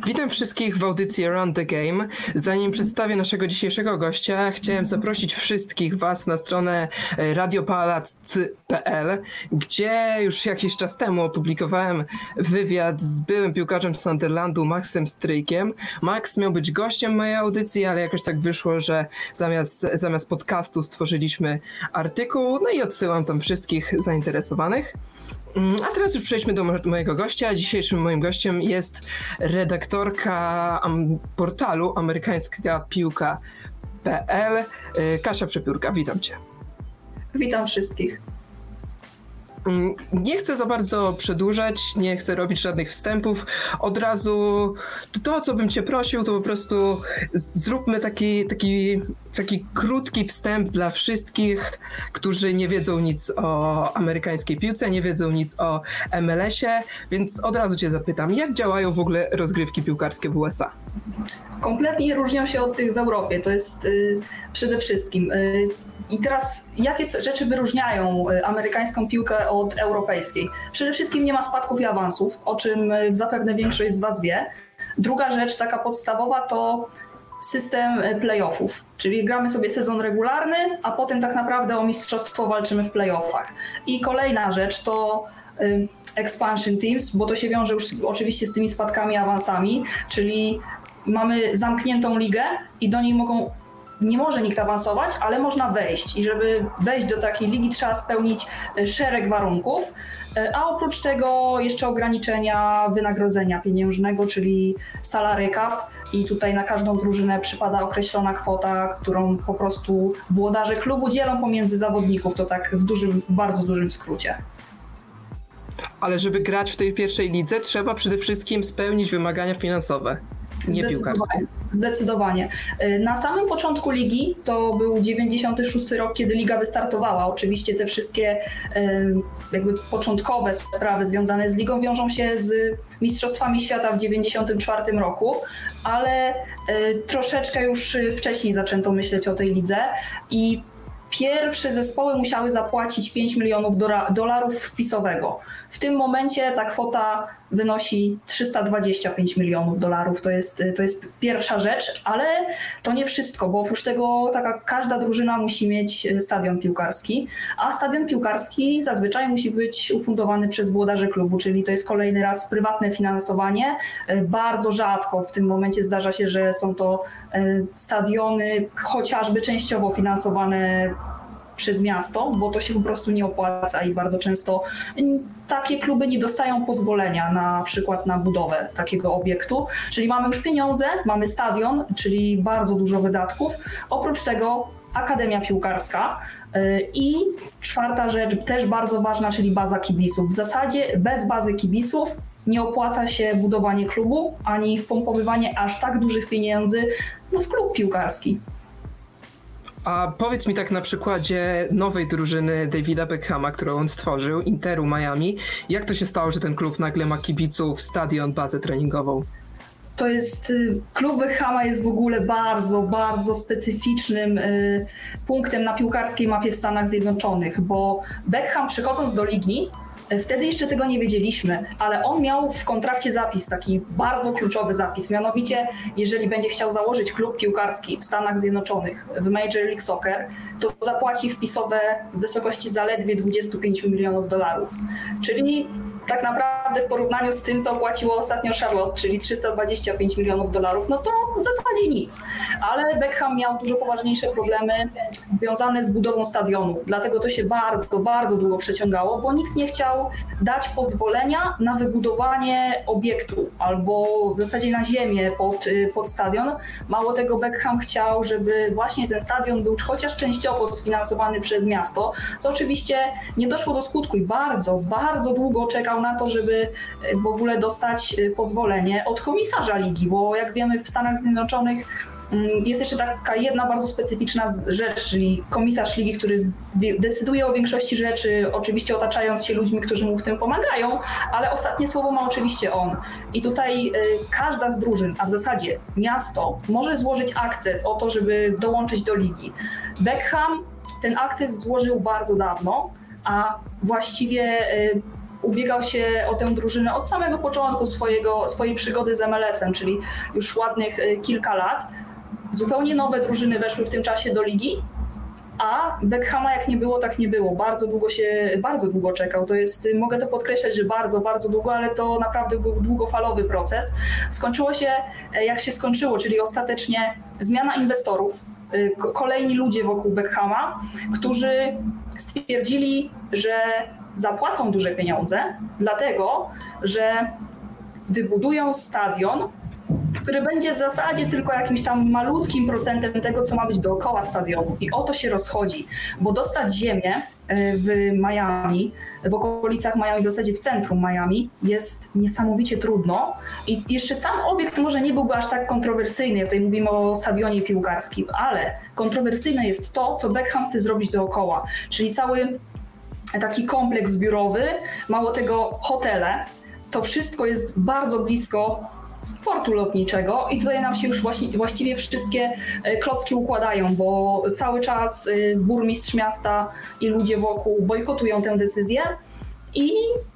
Witam wszystkich w audycji Around the Game. Zanim przedstawię naszego dzisiejszego gościa, chciałem zaprosić wszystkich Was na stronę radiopalac.pl, gdzie już jakiś czas temu opublikowałem wywiad z byłym piłkarzem Sunderlandu Maxem Stryjkiem. Max miał być gościem mojej audycji, ale jakoś tak wyszło, że zamiast podcastu stworzyliśmy artykuł, no i odsyłam tam wszystkich zainteresowanych. A teraz już przejdźmy do mojego gościa. Dzisiejszym moim gościem jest redaktorka portalu amerykańskapiłka.pl Kasia Przepiórka. Witam Cię. Witam wszystkich. Nie chcę za bardzo przedłużać, nie chcę robić żadnych wstępów. Od razu to, co bym Cię prosił, to po prostu zróbmy taki krótki wstęp dla wszystkich, którzy nie wiedzą nic o amerykańskiej piłce, nie wiedzą nic o MLS-ie, więc od razu Cię zapytam, jak działają w ogóle rozgrywki piłkarskie w USA? Kompletnie różnią się od tych w Europie, to jest przede wszystkim. I teraz jakie rzeczy wyróżniają amerykańską piłkę od europejskiej? Przede wszystkim nie ma spadków i awansów, o czym zapewne większość z Was wie. Druga rzecz, taka podstawowa, to system playoffów, czyli gramy sobie sezon regularny, a potem tak naprawdę o mistrzostwo walczymy w playoffach. I kolejna rzecz to expansion teams, bo to się wiąże już oczywiście z tymi spadkami i awansami, czyli mamy zamkniętą ligę i do niej nie może nikt awansować, ale można wejść i żeby wejść do takiej ligi trzeba spełnić szereg warunków, a oprócz tego jeszcze ograniczenia wynagrodzenia pieniężnego, czyli salary cap i tutaj na każdą drużynę przypada określona kwota, którą po prostu włodarze klubu dzielą pomiędzy zawodników, to tak w bardzo dużym skrócie. Ale żeby grać w tej pierwszej lidze, trzeba przede wszystkim spełnić wymagania finansowe, nie piłkarskie. Zdecydowanie. Na samym początku ligi, to był 96 rok, kiedy liga wystartowała. Oczywiście te wszystkie jakby początkowe sprawy związane z ligą wiążą się z Mistrzostwami Świata w 94 roku, ale troszeczkę już wcześniej zaczęto myśleć o tej lidze i pierwsze zespoły musiały zapłacić $5 milionów wpisowego. W tym momencie ta kwota wynosi $325 milionów. To jest pierwsza rzecz, ale to nie wszystko, bo oprócz tego każda drużyna musi mieć stadion piłkarski, a stadion piłkarski zazwyczaj musi być ufundowany przez włodarzy klubu, czyli to jest kolejny raz prywatne finansowanie. Bardzo rzadko w tym momencie zdarza się, że są to stadiony chociażby częściowo finansowane przez miasto, bo to się po prostu nie opłaca i bardzo często takie kluby nie dostają pozwolenia na przykład na budowę takiego obiektu. Czyli mamy już pieniądze, mamy stadion, czyli bardzo dużo wydatków. Oprócz tego akademia piłkarska i czwarta rzecz, też bardzo ważna, czyli baza kibiców. W zasadzie bez bazy kibiców nie opłaca się budowanie klubu, ani wpompowywanie aż tak dużych pieniędzy w klub piłkarski. A powiedz mi tak na przykładzie nowej drużyny Davida Beckhama, którą on stworzył, Interu Miami, jak to się stało, że ten klub nagle ma kibiców, stadion, bazę treningową? To jest, klub Beckhama jest w ogóle bardzo, bardzo specyficznym punktem na piłkarskiej mapie w Stanach Zjednoczonych, bo Beckham przychodząc do ligi, wtedy jeszcze tego nie wiedzieliśmy, ale on miał w kontrakcie zapis, taki bardzo kluczowy zapis, mianowicie jeżeli będzie chciał założyć klub piłkarski w Stanach Zjednoczonych w Major League Soccer, to zapłaci wpisowe w wysokości zaledwie $25 milionów. Czyli tak naprawdę w porównaniu z tym, co płaciło ostatnio Charlotte, czyli $325 milionów, no to w zasadzie nic. Ale Beckham miał dużo poważniejsze problemy związane z budową stadionu. Dlatego to się bardzo, bardzo długo przeciągało, bo nikt nie chciał dać pozwolenia na wybudowanie obiektu albo w zasadzie na ziemię pod stadion. Mało tego, Beckham chciał, żeby właśnie ten stadion był chociaż częściowo sfinansowany przez miasto, co oczywiście nie doszło do skutku i bardzo, bardzo długo czekał na to, żeby w ogóle dostać pozwolenie od komisarza ligi, bo jak wiemy w Stanach Zjednoczonych jest jeszcze taka jedna bardzo specyficzna rzecz, czyli komisarz ligi, który decyduje o większości rzeczy, oczywiście otaczając się ludźmi, którzy mu w tym pomagają, ale ostatnie słowo ma oczywiście on. I tutaj każda z drużyn, a w zasadzie miasto, może złożyć akces o to, żeby dołączyć do ligi. Beckham ten akces złożył bardzo dawno, a właściwie ubiegał się o tę drużynę od samego początku swojej przygody z MLS-em, czyli już ładnych kilka lat. Zupełnie nowe drużyny weszły w tym czasie do ligi, a Beckhama jak nie było, tak nie było. Bardzo długo czekał. To jest, mogę to podkreślać, że bardzo, bardzo długo, ale to naprawdę był długofalowy proces. Skończyło się jak się skończyło, czyli ostatecznie zmiana inwestorów, kolejni ludzie wokół Beckhama, którzy stwierdzili, że zapłacą duże pieniądze, dlatego że wybudują stadion, który będzie w zasadzie tylko jakimś tam malutkim procentem tego, co ma być dookoła stadionu. I o to się rozchodzi, bo dostać ziemię w Miami, w okolicach Miami, w zasadzie w centrum Miami, jest niesamowicie trudno. I jeszcze sam obiekt może nie byłby aż tak kontrowersyjny, jak tutaj mówimy o stadionie piłkarskim, ale kontrowersyjne jest to, co Beckham chce zrobić dookoła, czyli cały taki kompleks biurowy, mało tego hotele. To wszystko jest bardzo blisko portu lotniczego i tutaj nam się już właściwie wszystkie klocki układają, bo cały czas burmistrz miasta i ludzie wokół bojkotują tę decyzję i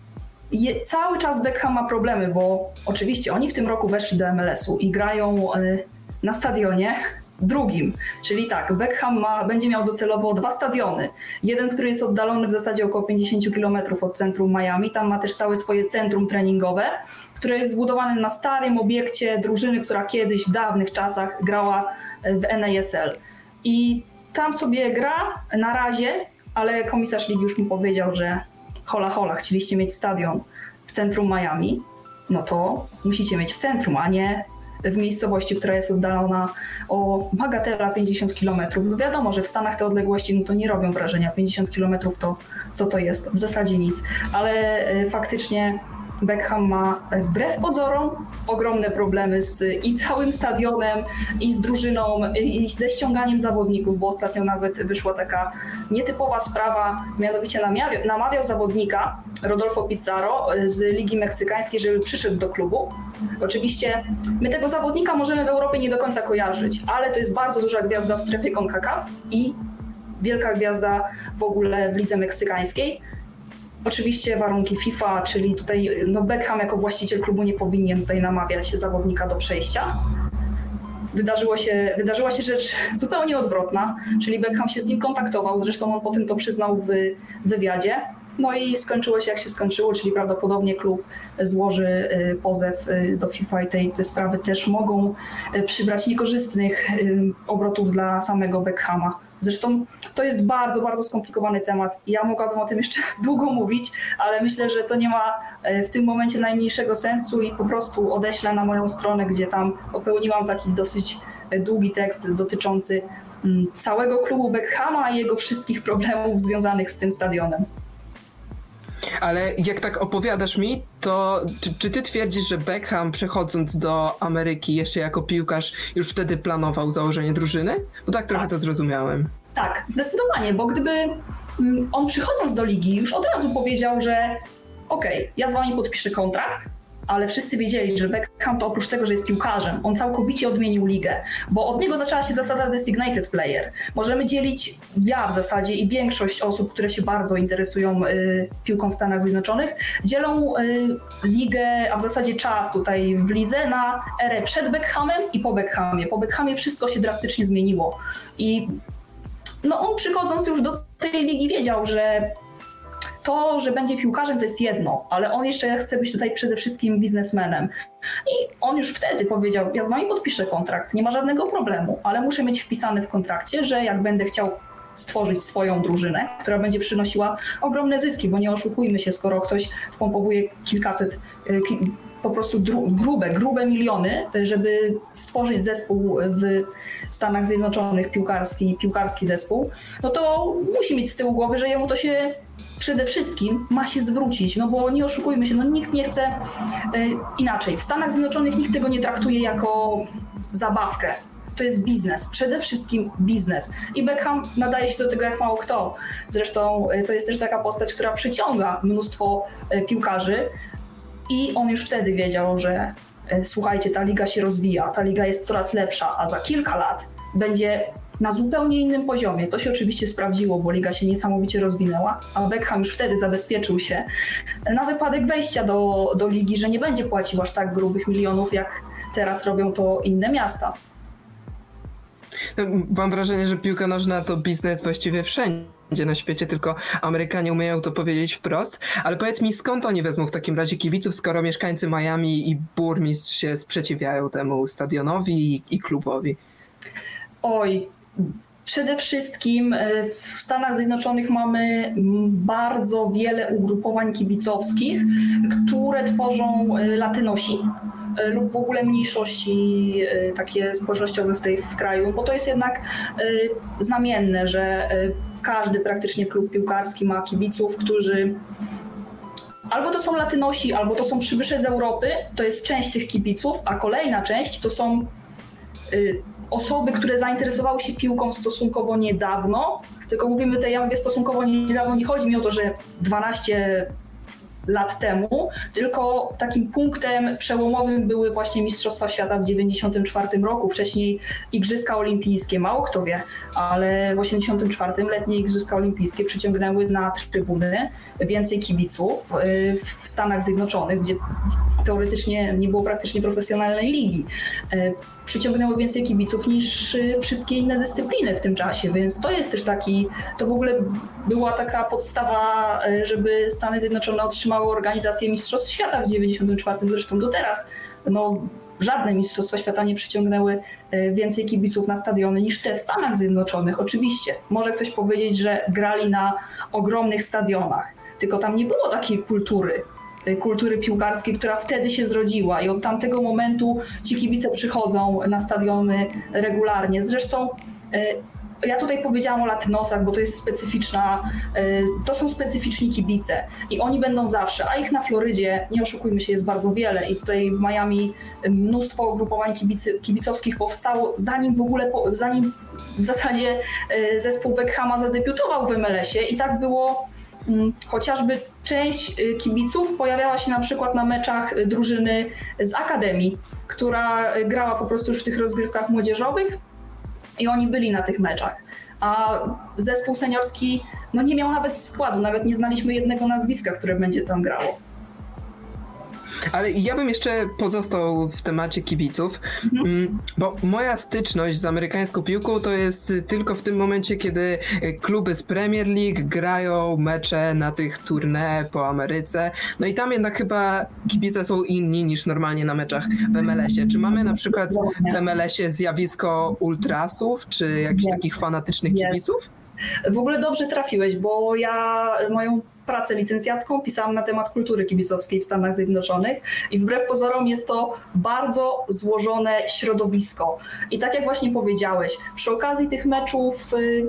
cały czas Beckham ma problemy, bo oczywiście oni w tym roku weszli do MLS-u i grają na stadionie drugim, czyli tak, Beckham będzie miał docelowo 2 stadiony. Jeden, który jest oddalony w zasadzie około 50 km od centrum Miami, tam ma też całe swoje centrum treningowe, które jest zbudowane na starym obiekcie drużyny, która kiedyś w dawnych czasach grała w NASL. I tam sobie gra na razie, ale komisarz ligi już mi powiedział, że hola, chcieliście mieć stadion w centrum Miami, no to musicie mieć w centrum, a nie w miejscowości, która jest oddalona o bagatela 50 km. No wiadomo, że w Stanach te odległości no to nie robią wrażenia. 50 km to co to jest? W zasadzie nic. Ale faktycznie Beckham ma wbrew pozorom ogromne problemy z i całym stadionem, i z drużyną, i ze ściąganiem zawodników, bo ostatnio nawet wyszła taka nietypowa sprawa, mianowicie namawiał zawodnika Rodolfo Pizarro z Ligi Meksykańskiej, żeby przyszedł do klubu. Oczywiście my tego zawodnika możemy w Europie nie do końca kojarzyć, ale to jest bardzo duża gwiazda w strefie CONCACAF i wielka gwiazda w ogóle w Lidze Meksykańskiej. Oczywiście warunki FIFA, czyli tutaj no Beckham jako właściciel klubu nie powinien tutaj namawiać zawodnika do przejścia. Wydarzyła się rzecz zupełnie odwrotna, czyli Beckham się z nim kontaktował, zresztą on potem to przyznał w wywiadzie. No i skończyło się jak się skończyło, czyli prawdopodobnie klub złoży pozew do FIFA i te sprawy też mogą przybrać niekorzystnych obrotów dla samego Beckhama. Zresztą to jest bardzo, bardzo skomplikowany temat. Ja mogłabym o tym jeszcze długo mówić, ale myślę, że to nie ma w tym momencie najmniejszego sensu i po prostu odeślę na moją stronę, gdzie tam popełniłam taki dosyć długi tekst dotyczący całego klubu Beckhama i jego wszystkich problemów związanych z tym stadionem. Ale jak tak opowiadasz mi, to czy ty twierdzisz, że Beckham przechodząc do Ameryki jeszcze jako piłkarz już wtedy planował założenie drużyny? Bo tak trochę to zrozumiałem. Tak, zdecydowanie, bo gdyby on przychodząc do ligi już od razu powiedział, że okej, ja z wami podpiszę kontrakt, ale wszyscy wiedzieli, że Beckham to oprócz tego, że jest piłkarzem, on całkowicie odmienił ligę, bo od niego zaczęła się zasada designated player. Możemy dzielić, ja w zasadzie i większość osób, które się bardzo interesują piłką w Stanach Zjednoczonych, dzielą ligę, a w zasadzie czas tutaj w lidze na erę przed Beckhamem i po Beckhamie. Po Beckhamie wszystko się drastycznie zmieniło i no on przychodząc już do tej ligi wiedział, że to, że będzie piłkarzem, to jest jedno, ale on jeszcze chce być tutaj przede wszystkim biznesmenem. I on już wtedy powiedział, ja z wami podpiszę kontrakt, nie ma żadnego problemu, ale muszę mieć wpisane w kontrakcie, że jak będę chciał stworzyć swoją drużynę, która będzie przynosiła ogromne zyski, bo nie oszukujmy się, skoro ktoś wpompowuje kilkaset, po prostu grube miliony, żeby stworzyć zespół w Stanach Zjednoczonych, piłkarski zespół, no to musi mieć z tyłu głowy, że jemu to się przede wszystkim ma się zwrócić, no bo nie oszukujmy się, no nikt nie chce inaczej. W Stanach Zjednoczonych nikt tego nie traktuje jako zabawkę. To jest biznes, przede wszystkim biznes. I Beckham nadaje się do tego jak mało kto. Zresztą to jest też taka postać, która przyciąga mnóstwo piłkarzy i on już wtedy wiedział, że słuchajcie, ta liga się rozwija, ta liga jest coraz lepsza, a za kilka lat będzie na zupełnie innym poziomie. To się oczywiście sprawdziło, bo liga się niesamowicie rozwinęła, a Beckham już wtedy zabezpieczył się na wypadek wejścia do ligi, że nie będzie płacił aż tak grubych milionów, jak teraz robią to inne miasta. Mam wrażenie, że piłka nożna to biznes właściwie wszędzie na świecie, tylko Amerykanie umieją to powiedzieć wprost. Ale powiedz mi, skąd oni wezmą w takim razie kibiców, skoro mieszkańcy Miami i burmistrz się sprzeciwiają temu stadionowi i klubowi? Oj, przede wszystkim w Stanach Zjednoczonych mamy bardzo wiele ugrupowań kibicowskich, które tworzą Latynosi lub w ogóle mniejszości takie społecznościowe w kraju, bo to jest jednak znamienne, że każdy praktycznie klub piłkarski ma kibiców, którzy albo to są Latynosi, albo to są przybysze z Europy, to jest część tych kibiców, a kolejna część to są osoby, które zainteresowały się piłką stosunkowo niedawno, tylko mówimy tutaj, ja mówię stosunkowo niedawno, nie chodzi mi o to, że 12 lat temu, tylko takim punktem przełomowym były właśnie Mistrzostwa Świata w 1994 roku, wcześniej Igrzyska Olimpijskie, mało kto wie, ale w 1984 letnie Igrzyska Olimpijskie przyciągnęły na trybuny więcej kibiców w Stanach Zjednoczonych, gdzie teoretycznie nie było praktycznie profesjonalnej ligi. Przyciągnęły więcej kibiców niż wszystkie inne dyscypliny w tym czasie, więc to jest też to w ogóle była taka podstawa, żeby Stany Zjednoczone otrzymały organizację Mistrzostw Świata w 1994, zresztą do teraz. Żadne Mistrzostwa Świata nie przyciągnęły więcej kibiców na stadiony niż te w Stanach Zjednoczonych. Oczywiście, może ktoś powiedzieć, że grali na ogromnych stadionach, tylko tam nie było takiej kultury piłkarskiej, która wtedy się zrodziła i od tamtego momentu ci kibice przychodzą na stadiony regularnie. Zresztą ja tutaj powiedziałam o Latynosach, bo to jest to są specyficzni kibice i oni będą zawsze, a ich na Florydzie, nie oszukujmy się, jest bardzo wiele i tutaj w Miami mnóstwo ugrupowań kibicowskich powstało, zanim w zasadzie zespół Beckhama zadebiutował w MLS-ie i tak było. Chociażby część kibiców pojawiała się na przykład na meczach drużyny z Akademii, która grała po prostu już w tych rozgrywkach młodzieżowych i oni byli na tych meczach. A zespół seniorski nie miał nawet składu, nawet nie znaliśmy jednego nazwiska, które będzie tam grało. Ale ja bym jeszcze pozostał w temacie kibiców, bo moja styczność z amerykańską piłką to jest tylko w tym momencie, kiedy kluby z Premier League grają mecze na tych tournée po Ameryce. No i tam jednak chyba kibice są inni niż normalnie na meczach w MLS-ie. Czy mamy na przykład w MLS-ie zjawisko ultrasów, czy jakichś takich fanatycznych kibiców? W ogóle dobrze trafiłeś, bo ja moją pracę licencjacką pisałam na temat kultury kibicowskiej w Stanach Zjednoczonych i wbrew pozorom jest to bardzo złożone środowisko. I tak jak właśnie powiedziałeś, przy okazji tych meczów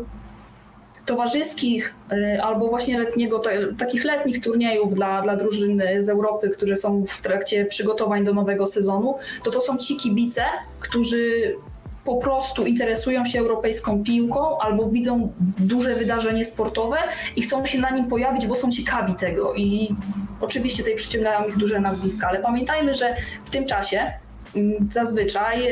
towarzyskich albo właśnie takich letnich turniejów dla drużyn z Europy, które są w trakcie przygotowań do nowego sezonu, to są ci kibice, którzy po prostu interesują się europejską piłką albo widzą duże wydarzenie sportowe i chcą się na nim pojawić, bo są ciekawi tego i oczywiście tutaj przyciągają ich duże nazwiska, ale pamiętajmy, że w tym czasie zazwyczaj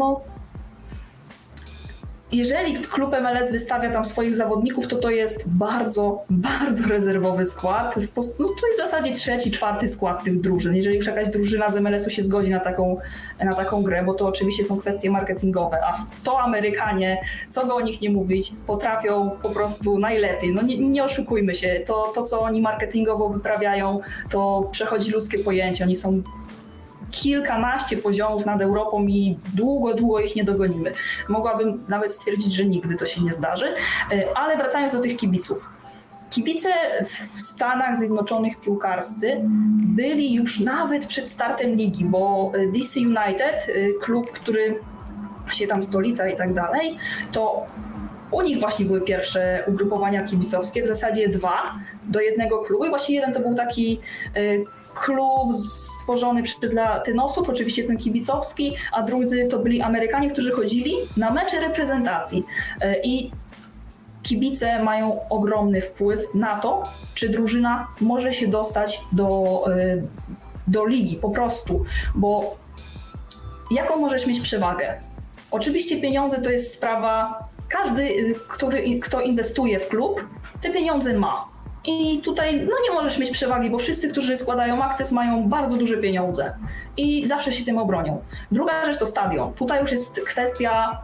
jeżeli klub MLS wystawia tam swoich zawodników, to jest bardzo, bardzo rezerwowy skład. To jest w zasadzie 3., 4. skład tych drużyn. Jeżeli już jakaś drużyna z MLS-u się zgodzi na taką grę, bo to oczywiście są kwestie marketingowe, a w to Amerykanie, co by o nich nie mówić, potrafią po prostu najlepiej. Nie oszukujmy się, to co oni marketingowo wyprawiają, to przechodzi ludzkie pojęcie. Oni są kilkanaście poziomów nad Europą i długo ich nie dogonimy. Mogłabym nawet stwierdzić, że nigdy to się nie zdarzy, ale wracając do tych kibiców. Kibice w Stanach Zjednoczonych piłkarscy byli już nawet przed startem ligi, bo DC United, klub, który się tam stolica i tak dalej, to u nich właśnie były pierwsze ugrupowania kibicowskie, w zasadzie 2 do jednego klubu i właśnie jeden to był taki klub stworzony przez Latynosów, oczywiście ten kibicowski, a drudzy to byli Amerykanie, którzy chodzili na mecze reprezentacji. I kibice mają ogromny wpływ na to, czy drużyna może się dostać do ligi po prostu, bo jaką możesz mieć przewagę? Oczywiście pieniądze to jest sprawa każdy, kto inwestuje w klub, te pieniądze ma. I tutaj nie możesz mieć przewagi, bo wszyscy, którzy składają akces, mają bardzo duże pieniądze i zawsze się tym obronią. Druga rzecz to stadion. Tutaj już jest kwestia,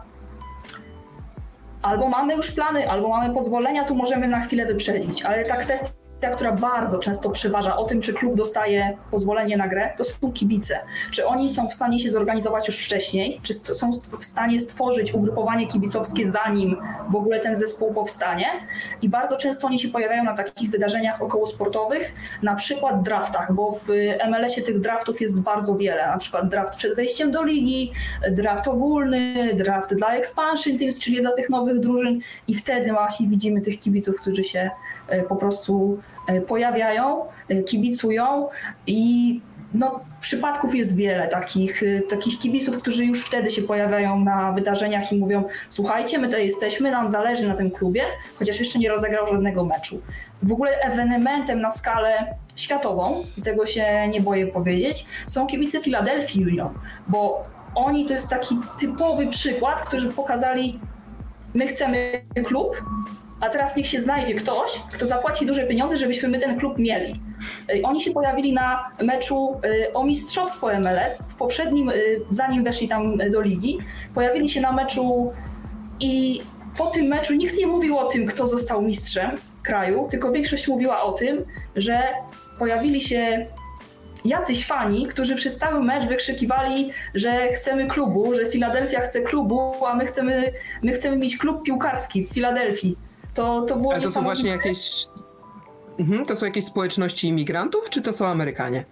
albo mamy już plany, albo mamy pozwolenia, tu możemy na chwilę wyprzedzić, ale ta kwestia, która bardzo często przeważa o tym, czy klub dostaje pozwolenie na grę, to są kibice. Czy oni są w stanie się zorganizować już wcześniej, czy są w stanie stworzyć ugrupowanie kibicowskie, zanim w ogóle ten zespół powstanie. I bardzo często oni się pojawiają na takich wydarzeniach okołosportowych, na przykład draftach, bo w MLS-ie tych draftów jest bardzo wiele. Na przykład draft przed wejściem do ligi, draft ogólny, draft dla expansion teams, czyli dla tych nowych drużyn i wtedy właśnie widzimy tych kibiców, którzy się po prostu pojawiają, kibicują i przypadków jest wiele takich kibiców, którzy już wtedy się pojawiają na wydarzeniach i mówią: słuchajcie, my tutaj jesteśmy, nam zależy na tym klubie, chociaż jeszcze nie rozegrał żadnego meczu. W ogóle ewenementem na skalę światową, i tego się nie boję powiedzieć, są kibice Philadelphia Union, bo oni to jest taki typowy przykład, którzy pokazali: my chcemy klub, a teraz niech się znajdzie ktoś, kto zapłaci duże pieniądze, żebyśmy my ten klub mieli. Oni się pojawili na meczu o mistrzostwo MLS, w poprzednim, zanim weszli tam do ligi, pojawili się na meczu i po tym meczu nikt nie mówił o tym, kto został mistrzem kraju, tylko większość mówiła o tym, że pojawili się jacyś fani, którzy przez cały mecz wykrzykiwali, że chcemy klubu, że Filadelfia chce klubu, a my chcemy mieć klub piłkarski w Filadelfii. To było ale to są właśnie jakieś... To są jakieś społeczności imigrantów, czy to są Amerykanie?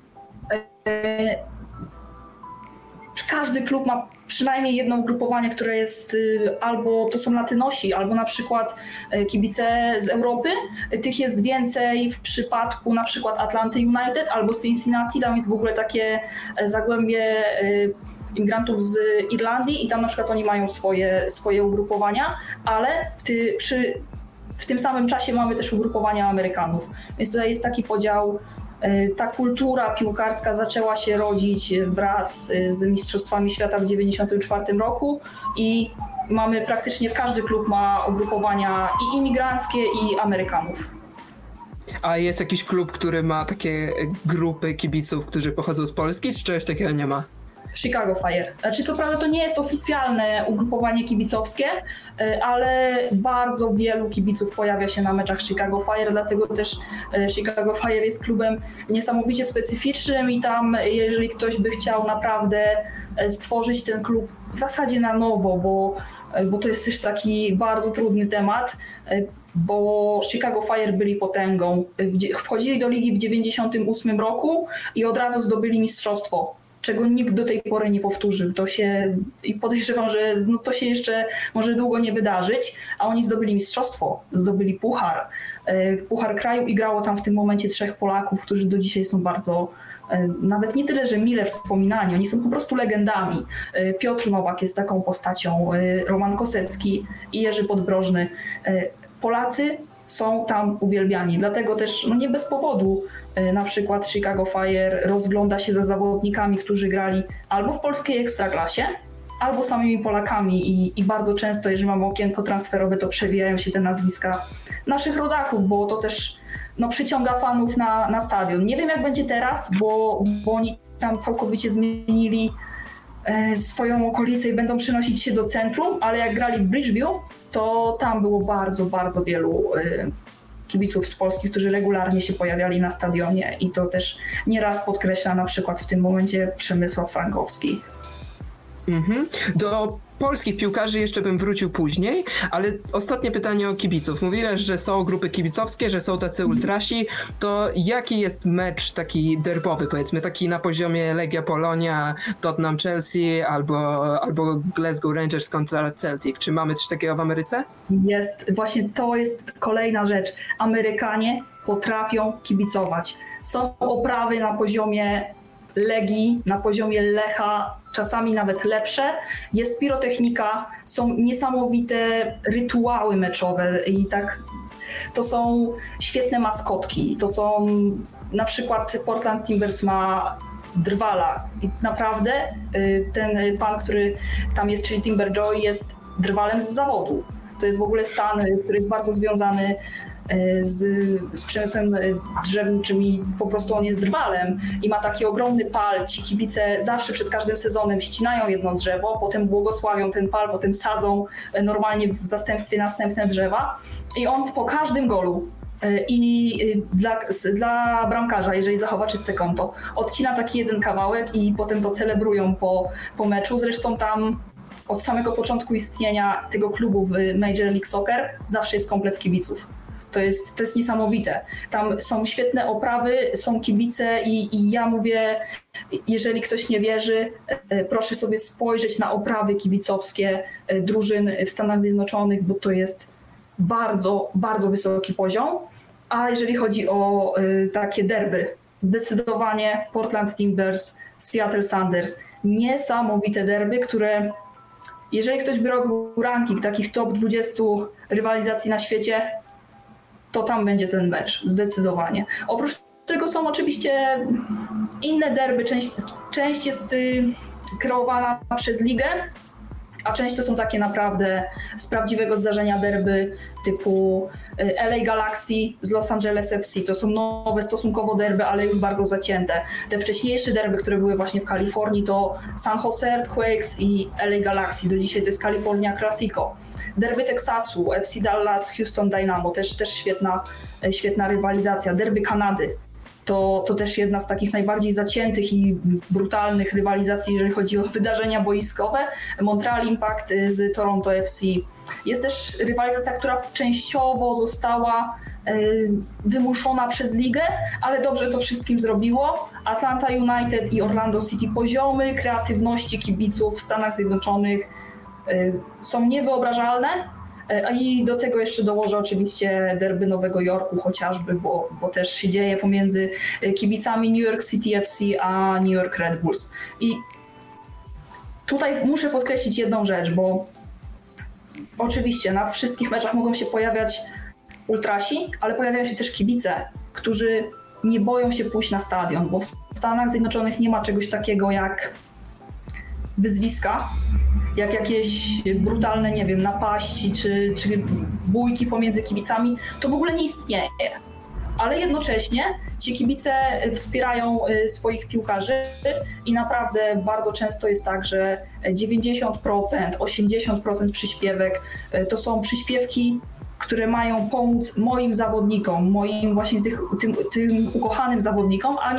Każdy klub ma przynajmniej jedno ugrupowanie, które jest albo to są Latynosi, albo na przykład kibice z Europy. Tych jest więcej w przypadku na przykład Atlanty United albo Cincinnati. Tam jest w ogóle takie zagłębie imigrantów z Irlandii i tam na przykład oni mają swoje ugrupowania, ale w tym samym czasie mamy też ugrupowania Amerykanów. Więc tutaj jest taki podział. Ta kultura piłkarska zaczęła się rodzić wraz z Mistrzostwami Świata w 1994 roku i mamy praktycznie każdy klub ma ugrupowania i imigranckie, i Amerykanów. A jest jakiś klub, który ma takie grupy kibiców, którzy pochodzą z Polski, czy czegoś takiego nie ma? Chicago Fire. Znaczy, co prawda to nie jest oficjalne ugrupowanie kibicowskie, ale bardzo wielu kibiców pojawia się na meczach Chicago Fire, dlatego też Chicago Fire jest klubem niesamowicie specyficznym i tam, jeżeli ktoś by chciał naprawdę stworzyć ten klub w zasadzie na nowo, bo to jest też taki bardzo trudny temat, bo Chicago Fire byli potęgą. Wchodzili do ligi w 1998 roku i od razu zdobyli mistrzostwo, czego nikt do tej pory nie powtórzył. I podejrzewam, że to się jeszcze może długo nie wydarzyć, a oni zdobyli mistrzostwo, zdobyli puchar kraju i grało tam w tym momencie 3 Polaków, którzy do dzisiaj są bardzo, nawet nie tyle, że mile wspominani, oni są po prostu legendami. Piotr Nowak jest taką postacią, Roman Kosecki i Jerzy Podbrożny. Polacy są tam uwielbiani, dlatego też nie bez powodu na przykład Chicago Fire rozgląda się za zawodnikami, którzy grali albo w polskiej ekstraklasie, albo samymi Polakami i bardzo często, jeżeli mamy okienko transferowe, to przewijają się te nazwiska naszych rodaków, bo to też przyciąga fanów na stadion. Nie wiem, jak będzie teraz, bo oni tam całkowicie zmienili swoją okolicę i będą przynosić się do centrum, ale jak grali w Bridgeview, to tam było bardzo, bardzo wielu kibiców z Polski, którzy regularnie się pojawiali na stadionie i to też nieraz podkreśla na przykład w tym momencie Przemysław Frankowski. Do polskich piłkarzy jeszcze bym wrócił później, ale ostatnie pytanie o kibiców. Mówiłeś, że są grupy kibicowskie, że są tacy ultrasi. To jaki jest mecz taki derbowy, powiedzmy, taki na poziomie Legia Polonia, Tottenham Chelsea albo Glasgow Rangers kontra Celtic? Czy mamy coś takiego w Ameryce? Jest. Właśnie to jest kolejna rzecz. Amerykanie potrafią kibicować. Są oprawy na poziomie Legii, na poziomie Lecha, czasami nawet lepsze. Jest pirotechnika, są niesamowite rytuały meczowe i tak to są świetne maskotki. To są na przykład Portland Timbers ma drwala i naprawdę ten pan, który tam jest, czyli Timber Joy, jest drwalem z zawodu. To jest w ogóle stan, który jest bardzo związany z przemysłem drzewniczym i po prostu on jest drwalem i ma taki ogromny pal. Ci kibice zawsze przed każdym sezonem ścinają jedno drzewo, potem błogosławią ten pal, potem sadzą normalnie w zastępstwie następne drzewa i on po każdym golu i dla bramkarza, jeżeli zachowa czyste konto, odcina taki jeden kawałek i potem to celebrują po meczu. Zresztą tam od samego początku istnienia tego klubu w Major League Soccer zawsze jest komplet kibiców. To jest niesamowite. Tam są świetne oprawy, są kibice i ja mówię, jeżeli ktoś nie wierzy, proszę sobie spojrzeć na oprawy kibicowskie drużyn w Stanach Zjednoczonych, bo to jest bardzo, bardzo wysoki poziom. A jeżeli chodzi o takie derby, zdecydowanie Portland Timbers, Seattle Sounders, niesamowite derby, które jeżeli ktoś by robił ranking takich top 20 rywalizacji na świecie, to tam będzie ten mecz, zdecydowanie. Oprócz tego są oczywiście inne derby, część jest kreowana przez ligę, a część to są takie naprawdę z prawdziwego zdarzenia derby typu LA Galaxy z Los Angeles FC. To są nowe stosunkowo derby, ale już bardzo zacięte. Te wcześniejsze derby, które były właśnie w Kalifornii, to San Jose Earthquakes i LA Galaxy. Do dzisiaj to jest California Classico. Derby Teksasu, FC Dallas, Houston Dynamo, też świetna rywalizacja. Derby Kanady. To też jedna z takich najbardziej zaciętych i brutalnych rywalizacji, jeżeli chodzi o wydarzenia boiskowe. Montreal Impact z Toronto FC. Jest też rywalizacja, która częściowo została wymuszona przez ligę, ale dobrze to wszystkim zrobiło. Atlanta United i Orlando City. Poziomy kreatywności kibiców w Stanach Zjednoczonych są niewyobrażalne. I do tego jeszcze dołożę oczywiście derby Nowego Jorku chociażby, bo też się dzieje pomiędzy kibicami New York City FC a New York Red Bulls. I tutaj muszę podkreślić jedną rzecz, bo oczywiście na wszystkich meczach mogą się pojawiać ultrasi, ale pojawiają się też kibice, którzy nie boją się pójść na stadion, bo w Stanach Zjednoczonych nie ma czegoś takiego jak wyzwiska, jak jakieś brutalne, nie wiem, napaści czy bójki pomiędzy kibicami, to w ogóle nie istnieje. Ale jednocześnie ci kibice wspierają swoich piłkarzy i naprawdę bardzo często jest tak, że 90%, 80% przyśpiewek to są przyśpiewki, które mają pomóc moim zawodnikom, moim właśnie tym ukochanym zawodnikom, a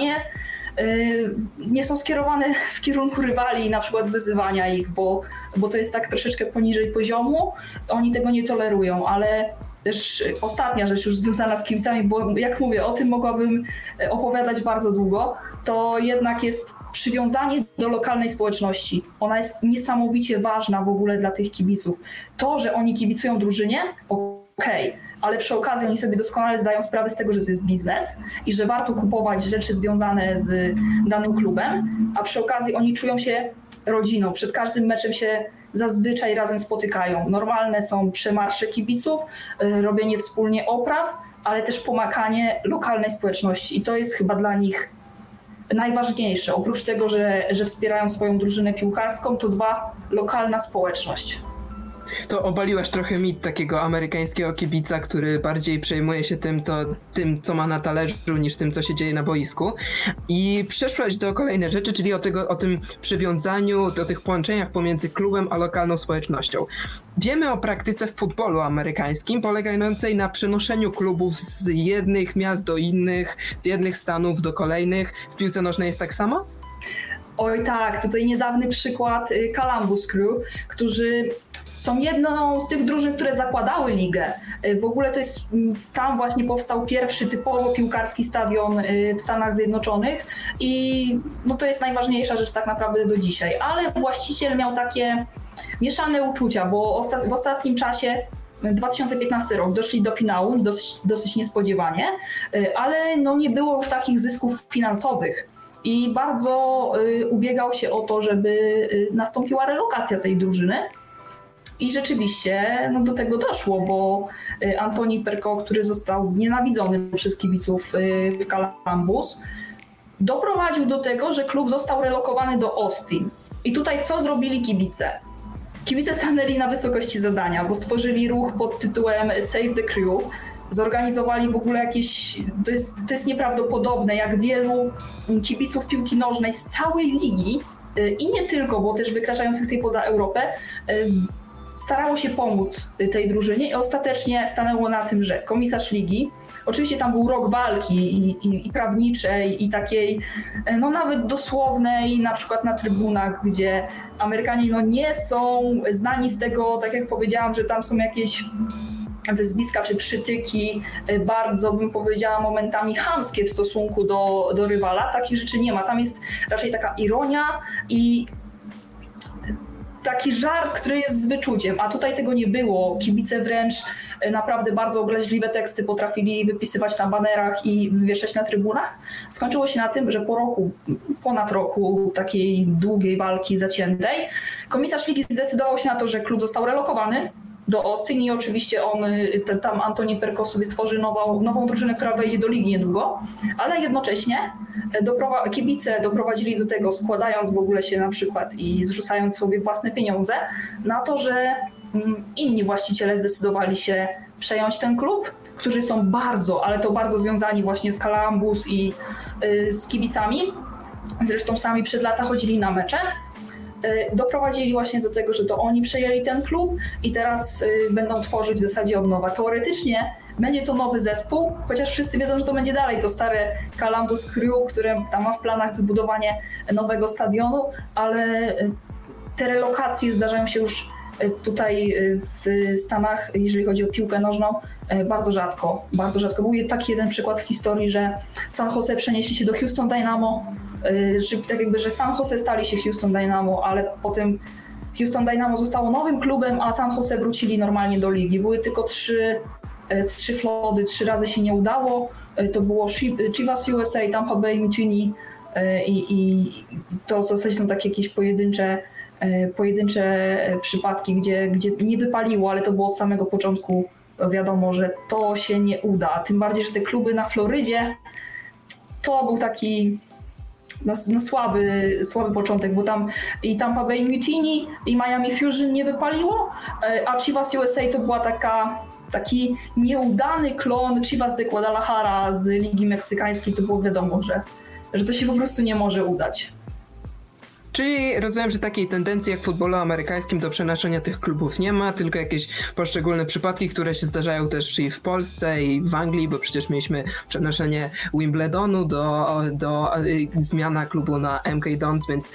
nie są skierowane w kierunku rywali i na przykład wyzywania ich, bo to jest tak troszeczkę poniżej poziomu, oni tego nie tolerują, ale też ostatnia rzecz już związana z kibicami, bo jak mówię, o tym mogłabym opowiadać bardzo długo, to jednak jest przywiązanie do lokalnej społeczności. Ona jest niesamowicie ważna w ogóle dla tych kibiców. To, że oni kibicują drużynie, okej, ale przy okazji oni sobie doskonale zdają sprawę z tego, że to jest biznes i że warto kupować rzeczy związane z danym klubem, a przy okazji oni czują się rodziną. Przed każdym meczem się zazwyczaj razem spotykają. Normalne są przemarsze kibiców, robienie wspólnie opraw, ale też pomaganie lokalnej społeczności i to jest chyba dla nich najważniejsze. Oprócz tego, że wspierają swoją drużynę piłkarską, to lokalna społeczność. To obaliłaś trochę mit takiego amerykańskiego kibica, który bardziej przejmuje się tym, co ma na talerzu, niż tym, co się dzieje na boisku. I przeszłaś do kolejnej rzeczy, czyli o tym przywiązaniu, do tych połączeniach pomiędzy klubem a lokalną społecznością. Wiemy o praktyce w futbolu amerykańskim, polegającej na przenoszeniu klubów z jednych miast do innych, z jednych stanów do kolejnych. W piłce nożnej jest tak samo? Oj tak, tutaj niedawny przykład Columbus Crew, którzy są jedną z tych drużyn, które zakładały ligę. W ogóle to jest, tam właśnie powstał pierwszy typowo piłkarski stadion w Stanach Zjednoczonych i no to jest najważniejsza rzecz tak naprawdę do dzisiaj. Ale właściciel miał takie mieszane uczucia, bo w ostatnim czasie 2015 rok doszli do finału, dosyć niespodziewanie, ale no nie było już takich zysków finansowych. I bardzo ubiegał się o to, żeby nastąpiła relokacja tej drużyny. I rzeczywiście no, do tego doszło, bo Anthony Perko, który został znienawidzony przez kibiców w Columbus, doprowadził do tego, że klub został relokowany do Austin. I tutaj co zrobili kibice? kibice stanęli na wysokości zadania, bo stworzyli ruch pod tytułem Save the Crew. Zorganizowali w ogóle jakieś, to jest nieprawdopodobne, jak wielu kibiców piłki nożnej z całej ligi i nie tylko, bo też wykraczających tutaj poza Europę, starało się pomóc tej drużynie i ostatecznie stanęło na tym, że komisarz ligi, oczywiście tam był rok walki i prawniczej i takiej, no nawet dosłownej, na przykład na trybunach, gdzie Amerykanie no nie są znani z tego, tak jak powiedziałam, że tam są jakieś wyzwiska czy przytyki, bardzo bym powiedziała momentami chamskie w stosunku do rywala. Takich rzeczy nie ma. Tam jest raczej taka ironia i taki żart, który jest z wyczuciem, a tutaj tego nie było. Kibice wręcz naprawdę bardzo obraźliwe teksty potrafili wypisywać na banerach i wywieszać na trybunach. Skończyło się na tym, że po roku, ponad roku takiej długiej walki zaciętej, komisarz ligi zdecydował się na to, że klub został relokowany do Austin i oczywiście tam Antoni Perko sobie tworzy nową drużynę, która wejdzie do ligi niedługo, ale jednocześnie kibice doprowadzili do tego, składając w ogóle się na przykład i zrzucając sobie własne pieniądze, na to, że inni właściciele zdecydowali się przejąć ten klub, którzy są bardzo, ale to bardzo związani właśnie z Columbus i z kibicami. Zresztą sami przez lata chodzili na mecze. Doprowadzili właśnie do tego, że to oni przejęli ten klub i teraz będą tworzyć w zasadzie od nowa. Teoretycznie będzie to nowy zespół, chociaż wszyscy wiedzą, że to będzie dalej to stare Columbus Crew, które tam ma w planach wybudowanie nowego stadionu, ale te relokacje zdarzają się już tutaj w Stanach, jeżeli chodzi o piłkę nożną, bardzo rzadko. Bardzo rzadko. Był taki jeden przykład w historii, że San Jose przenieśli się do Houston Dynamo, tak jakby, że San Jose stali się Houston Dynamo, ale potem Houston Dynamo zostało nowym klubem, a San Jose wrócili normalnie do ligi. Były tylko trzy flody, 3 razy się nie udało. To było Chivas USA, Tampa Bay Mutiny i to w zasadzie są takie jakieś pojedyncze przypadki, gdzie nie wypaliło, ale to było od samego początku wiadomo, że to się nie uda. Tym bardziej, że te kluby na Florydzie to był taki słaby początek, bo tam i Tampa Bay Mutiny i Miami Fusion nie wypaliło, a Chivas USA to była taki nieudany klon Chivas de Guadalajara z Ligi Meksykańskiej. To było wiadomo, że to się po prostu nie może udać. Czyli rozumiem, że takiej tendencji jak w futbolu amerykańskim do przenoszenia tych klubów nie ma, tylko jakieś poszczególne przypadki, które się zdarzają też i w Polsce i w Anglii, bo przecież mieliśmy przenoszenie Wimbledonu do zmiana klubu na MK Dons, więc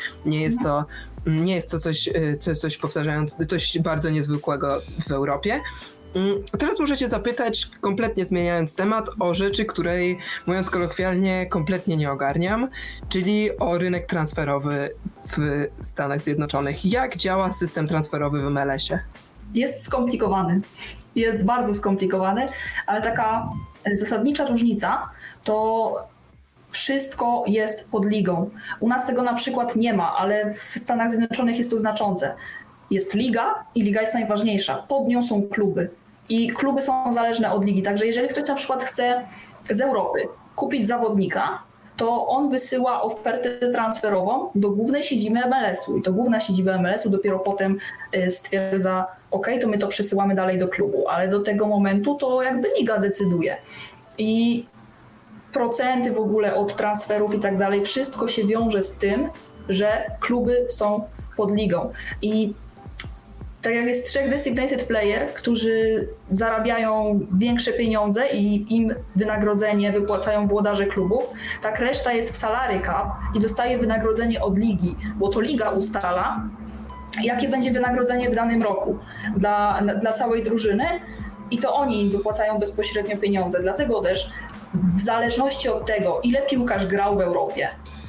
nie jest to coś powtarzające, coś bardzo niezwykłego w Europie. Teraz muszę cię zapytać, kompletnie zmieniając temat, o rzeczy, której, mówiąc kolokwialnie, kompletnie nie ogarniam, czyli o rynek transferowy w Stanach Zjednoczonych. Jak działa system transferowy w MLS-ie? Jest skomplikowany. Jest bardzo skomplikowany, ale taka zasadnicza różnica to wszystko jest pod ligą. U nas tego na przykład nie ma, ale w Stanach Zjednoczonych jest to znaczące. Jest liga i liga jest najważniejsza. Pod nią są kluby. I kluby są zależne od ligi. Także jeżeli ktoś na przykład chce z Europy kupić zawodnika, to on wysyła ofertę transferową do głównej siedziby MLS-u. I to główna siedziba MLS-u dopiero potem stwierdza, OK, to my to przesyłamy dalej do klubu. Ale do tego momentu to jakby liga decyduje. I procenty w ogóle od transferów i tak dalej, wszystko się wiąże z tym, że kluby są pod ligą. I tak jak jest 3 designated player, którzy zarabiają większe pieniądze i im wynagrodzenie wypłacają włodarze klubów, tak reszta jest w salary cap i dostaje wynagrodzenie od ligi, bo to liga ustala, jakie będzie wynagrodzenie w danym roku dla całej drużyny i to oni im wypłacają bezpośrednio pieniądze. Dlatego też w zależności od tego, ile piłkarz grał w Europie,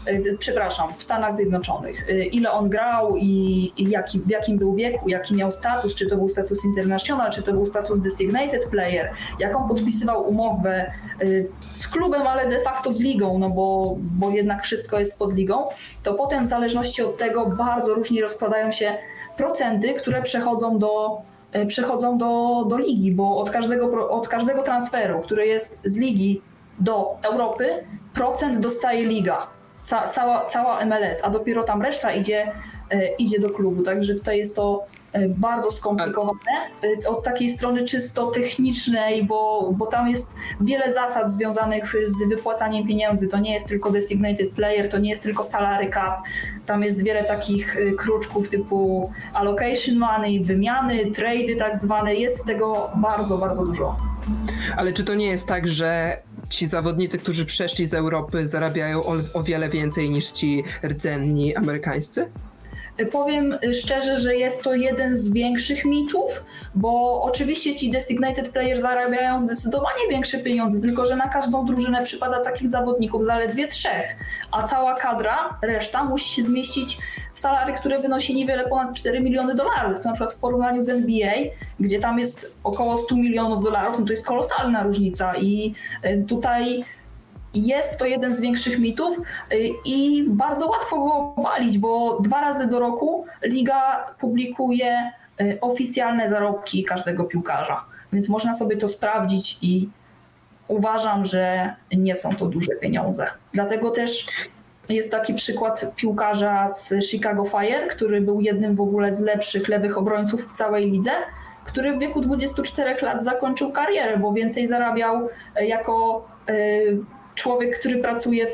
w Stanach Zjednoczonych, ile on grał i w jakim był wieku, jaki miał status, czy to był status international, czy to był status designated player, jaką podpisywał umowę z klubem, ale de facto z ligą, no bo jednak wszystko jest pod ligą, to potem w zależności od tego bardzo różnie rozkładają się procenty, które przechodzą do ligi, bo od każdego transferu, który jest z ligi do Europy, procent dostaje liga. Cała MLS, a dopiero tam reszta idzie do klubu. Także tutaj jest to bardzo skomplikowane od takiej strony czysto technicznej, bo tam jest wiele zasad związanych z wypłacaniem pieniędzy. To nie jest tylko designated player, to nie jest tylko salary cap. Tam jest wiele takich kruczków typu allocation money, wymiany, trade'y tak zwane. Jest tego bardzo, bardzo dużo. Ale czy to nie jest tak, że ci zawodnicy, którzy przeszli z Europy, zarabiają o wiele więcej niż ci rdzenni amerykańscy? Powiem szczerze, że jest to jeden z większych mitów, bo oczywiście ci designated player zarabiają zdecydowanie większe pieniądze, tylko że na każdą drużynę przypada takich zawodników zaledwie 3, a cała kadra, reszta musi się zmieścić w salary, które wynosi niewiele ponad $4 miliony, co na przykład w porównaniu z NBA, gdzie tam jest około $100 milionów, no to jest kolosalna różnica i tutaj jest to jeden z większych mitów i bardzo łatwo go obalić, bo 2 razy do roku liga publikuje oficjalne zarobki każdego piłkarza, więc można sobie to sprawdzić i uważam, że nie są to duże pieniądze. Dlatego też jest taki przykład piłkarza z Chicago Fire, który był jednym w ogóle z lepszych lewych obrońców w całej lidze, który w wieku 24 lat zakończył karierę, bo więcej zarabiał jako człowiek, który pracuje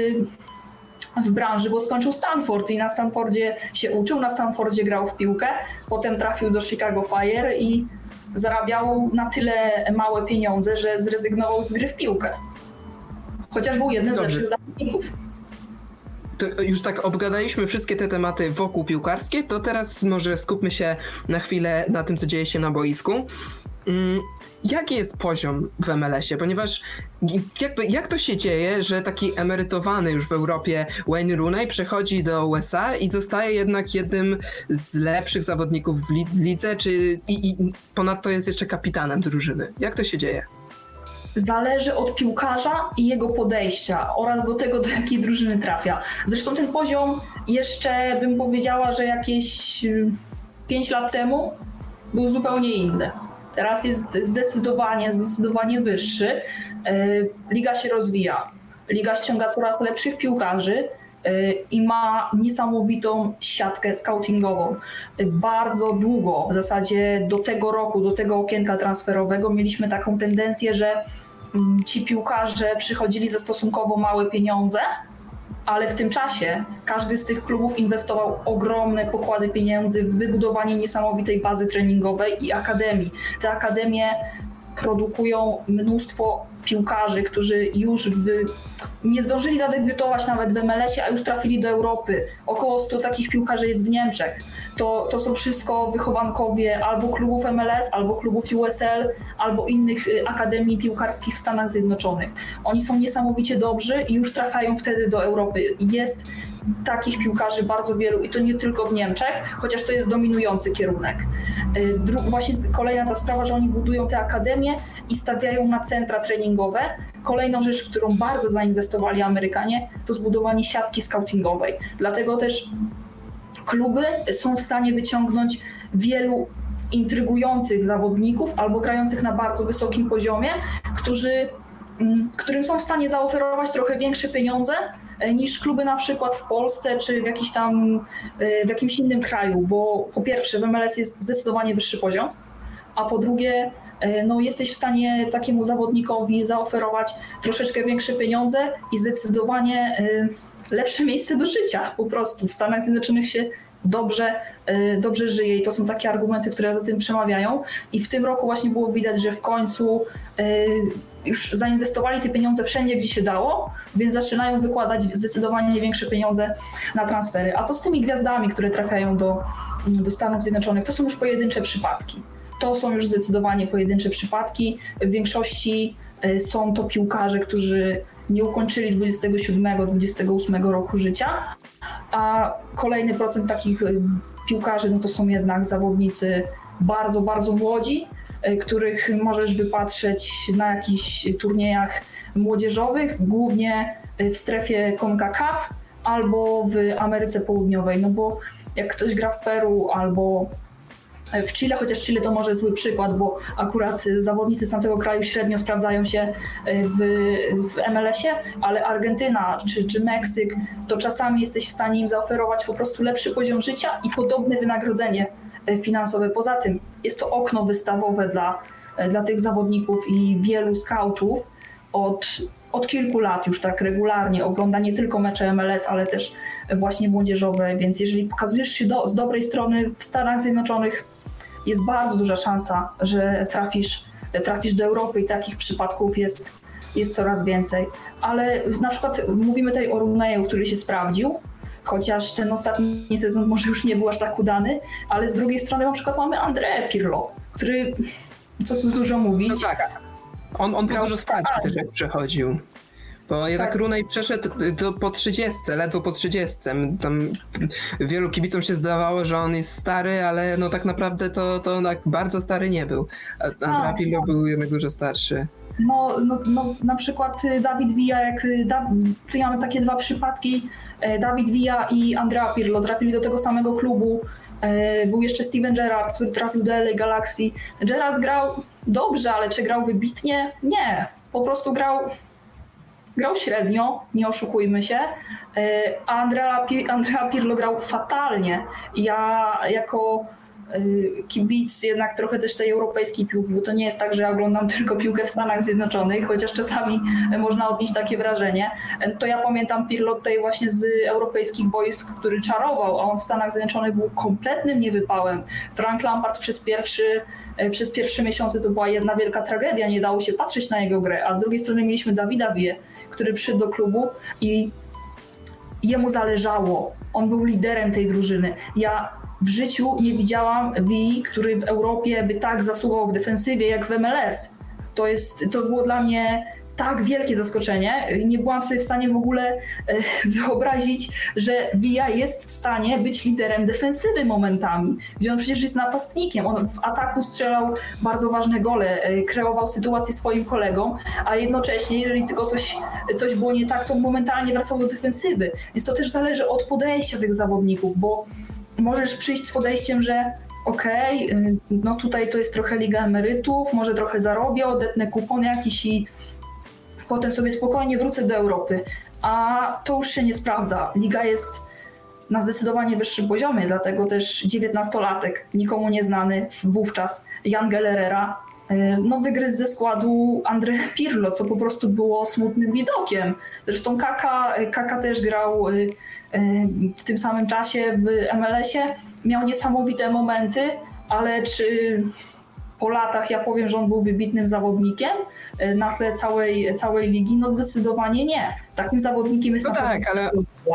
w branży, bo skończył Stanford i na Stanfordzie się uczył, na Stanfordzie grał w piłkę, potem trafił do Chicago Fire i zarabiał na tyle małe pieniądze, że zrezygnował z gry w piłkę. Chociaż był jednym z lepszych zawodników. To już tak obgadaliśmy wszystkie te tematy wokół piłkarskie, to teraz może skupmy się na chwilę na tym, co dzieje się na boisku. Jaki jest poziom w MLS-ie? Ponieważ jak to się dzieje, że taki emerytowany już w Europie Wayne Rooney przechodzi do USA i zostaje jednak jednym z lepszych zawodników w lidze, i ponadto jest jeszcze kapitanem drużyny. Jak to się dzieje? Zależy od piłkarza i jego podejścia oraz do tego, do jakiej drużyny trafia. Zresztą ten poziom jeszcze bym powiedziała, że jakieś 5 lat temu był zupełnie inny. Teraz jest zdecydowanie wyższy. Liga się rozwija. Liga ściąga coraz lepszych piłkarzy i ma niesamowitą siatkę scoutingową. Bardzo długo, w zasadzie do tego roku, do tego okienka transferowego mieliśmy taką tendencję, że ci piłkarze przychodzili za stosunkowo małe pieniądze, ale w tym czasie każdy z tych klubów inwestował ogromne pokłady pieniędzy w wybudowanie niesamowitej bazy treningowej i akademii. Te akademie produkują mnóstwo piłkarzy, którzy już nie zdążyli zadebiutować nawet w MLS-ie, a już trafili do Europy. Około 100 takich piłkarzy jest w Niemczech. To są wszystko wychowankowie albo klubów MLS, albo klubów USL, albo innych akademii piłkarskich w Stanach Zjednoczonych. Oni są niesamowicie dobrzy i już trafiają wtedy do Europy. Jest takich piłkarzy bardzo wielu i to nie tylko w Niemczech, chociaż to jest dominujący kierunek. Właśnie kolejna ta sprawa, że oni budują te akademie i stawiają na centra treningowe. Kolejną rzecz, w którą bardzo zainwestowali Amerykanie, to zbudowanie siatki scoutingowej. Dlatego też kluby są w stanie wyciągnąć wielu intrygujących zawodników albo grających na bardzo wysokim poziomie, którym są w stanie zaoferować trochę większe pieniądze niż kluby na przykład w Polsce czy w jakimś innym kraju, bo po pierwsze w MLS jest zdecydowanie wyższy poziom, a po drugie jesteś w stanie takiemu zawodnikowi zaoferować troszeczkę większe pieniądze i zdecydowanie lepsze miejsce do życia po prostu. W Stanach Zjednoczonych się dobrze żyje i to są takie argumenty, które za tym przemawiają i w tym roku właśnie było widać, że w końcu już zainwestowali te pieniądze wszędzie, gdzie się dało, więc zaczynają wykładać zdecydowanie większe pieniądze na transfery. A co z tymi gwiazdami, które trafiają do Stanów Zjednoczonych? To są już pojedyncze przypadki. To są już zdecydowanie pojedyncze przypadki. W większości są to piłkarze, którzy nie ukończyli 27-28 roku życia, a kolejny procent takich piłkarzy to są jednak zawodnicy bardzo, bardzo młodzi, których możesz wypatrzeć na jakichś turniejach młodzieżowych, głównie w strefie CONCACAF albo w Ameryce Południowej, bo jak ktoś gra w Peru albo w Chile, chociaż Chile to może zły przykład, bo akurat zawodnicy z tamtego kraju średnio sprawdzają się w MLS-ie, ale Argentyna czy Meksyk, to czasami jesteś w stanie im zaoferować po prostu lepszy poziom życia i podobne wynagrodzenie finansowe. Poza tym jest to okno wystawowe dla tych zawodników i wielu skautów od kilku lat już tak regularnie ogląda nie tylko mecze MLS, ale też właśnie młodzieżowe, więc jeżeli pokazujesz się z dobrej strony w Stanach Zjednoczonych, jest bardzo duża szansa, że trafisz do Europy i takich przypadków jest coraz więcej. Ale na przykład mówimy tutaj o Runeju, który się sprawdził, chociaż ten ostatni sezon może już nie był aż tak udany, ale z drugiej strony na przykład mamy André Pirlo, który, co tu dużo mówić... No tak, on był dużo starszy też jak przechodził. Bo jednak tak. Runej przeszedł po 30, ledwo po 30. Tam wielu kibicom się zdawało, że on jest stary, ale no tak naprawdę to tak bardzo stary nie był. André Pirlo był jednak dużo starszy. No, na przykład David Villa, tu mamy takie dwa przypadki, David Villa i Andrea Pirlo trafili do tego samego klubu. Był jeszcze Steven Gerrard, który trafił do LA Galaxy. Gerrard grał dobrze, ale czy grał wybitnie? Nie, po prostu grał średnio, nie oszukujmy się, a Andrea Pirlo grał fatalnie. Ja jako kibic jednak trochę też tej europejskiej piłki, bo to nie jest tak, że ja oglądam tylko piłkę w Stanach Zjednoczonych, chociaż czasami można odnieść takie wrażenie, to ja pamiętam Pirlo tutaj właśnie z europejskich boisk, który czarował, a on w Stanach Zjednoczonych był kompletnym niewypałem. Frank Lampard przez pierwsze miesiące to była jedna wielka tragedia, nie dało się patrzeć na jego grę, a z drugiej strony mieliśmy Davida Villę, który przyszedł do klubu i jemu zależało. On był liderem tej drużyny. Ja w życiu nie widziałam Villi, który w Europie by tak zasuwał w defensywie jak w MLS. To było dla mnie tak wielkie zaskoczenie. Nie byłam sobie w stanie w ogóle wyobrazić, że Villa jest w stanie być liderem defensywy momentami, gdzie on przecież jest napastnikiem. On w ataku strzelał bardzo ważne gole, kreował sytuację swoim kolegom, a jednocześnie, jeżeli tylko coś było nie tak, to momentalnie wracał do defensywy. Więc to też zależy od podejścia tych zawodników, bo możesz przyjść z podejściem, że no tutaj to jest trochę liga emerytów, może trochę zarobię, odetnę kupon jakiś i potem sobie spokojnie wrócę do Europy, a to już się nie sprawdza. Liga jest na zdecydowanie wyższym poziomie, dlatego też 19-latek, nikomu nieznany wówczas, Jan Herrera, wygryzł ze składu André Pirlo, co po prostu było smutnym widokiem. Zresztą Kaka też grał w tym samym czasie w MLS-ie, miał niesamowite momenty, ale czy po latach ja powiem, że on był wybitnym zawodnikiem na tle całej ligi? No zdecydowanie nie. Takim zawodnikiem jest ale...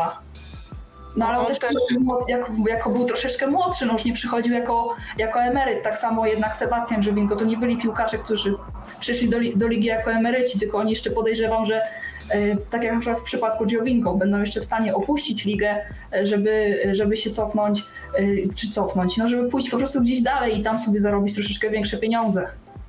No ale on też jako był troszeczkę młodszy, no już nie przychodził jako emeryt. Tak samo jednak Sebastian Żywinko, to nie byli piłkarze, którzy przyszli do ligi jako emeryci, tylko oni jeszcze podejrzewam, że tak jak na przykład w przypadku Giovinco, będą jeszcze w stanie opuścić ligę, żeby się cofnąć, żeby pójść po prostu gdzieś dalej i tam sobie zarobić troszeczkę większe pieniądze.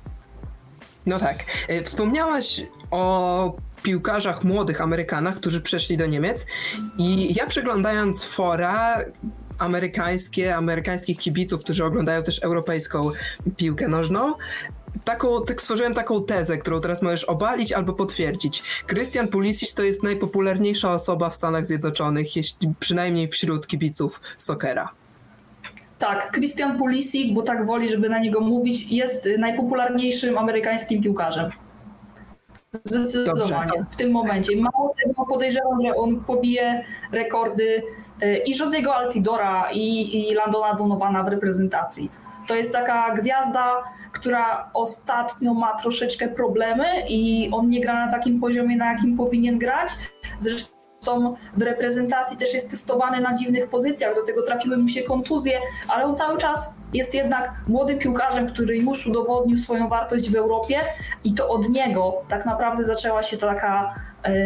No tak. Wspomniałaś o piłkarzach młodych Amerykanach, którzy przeszli do Niemiec i ja przeglądając fora amerykańskich kibiców, którzy oglądają też europejską piłkę nożną, stworzyłem taką tezę, którą teraz możesz obalić albo potwierdzić. Christian Pulisic to jest najpopularniejsza osoba w Stanach Zjednoczonych, przynajmniej wśród kibiców sokera. Tak, Christian Pulisic, bo tak woli, żeby na niego mówić, jest najpopularniejszym amerykańskim piłkarzem. Zdecydowanie. Dobrze. W tym momencie. Mało tego, podejrzewam, że on pobije rekordy i Josego Altidora i Landona Donovana w reprezentacji. To jest taka gwiazda, która ostatnio ma troszeczkę problemy i on nie gra na takim poziomie, na jakim powinien grać. Zresztą w reprezentacji też jest testowany na dziwnych pozycjach, do tego trafiły mu się kontuzje, ale on cały czas jest jednak młodym piłkarzem, który już udowodnił swoją wartość w Europie i to od niego tak naprawdę zaczęła się taka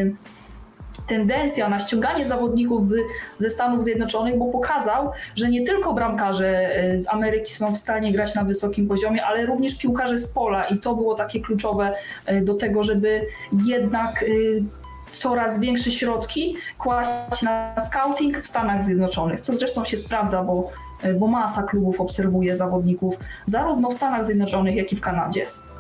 tendencja na ściąganie zawodników ze Stanów Zjednoczonych, bo pokazał, że nie tylko bramkarze z Ameryki są w stanie grać na wysokim poziomie, ale również piłkarze z pola i to było takie kluczowe do tego, żeby jednak coraz większe środki kłaść na scouting w Stanach Zjednoczonych, co zresztą się sprawdza, bo masa klubów obserwuje zawodników zarówno w Stanach Zjednoczonych, jak i w Kanadzie.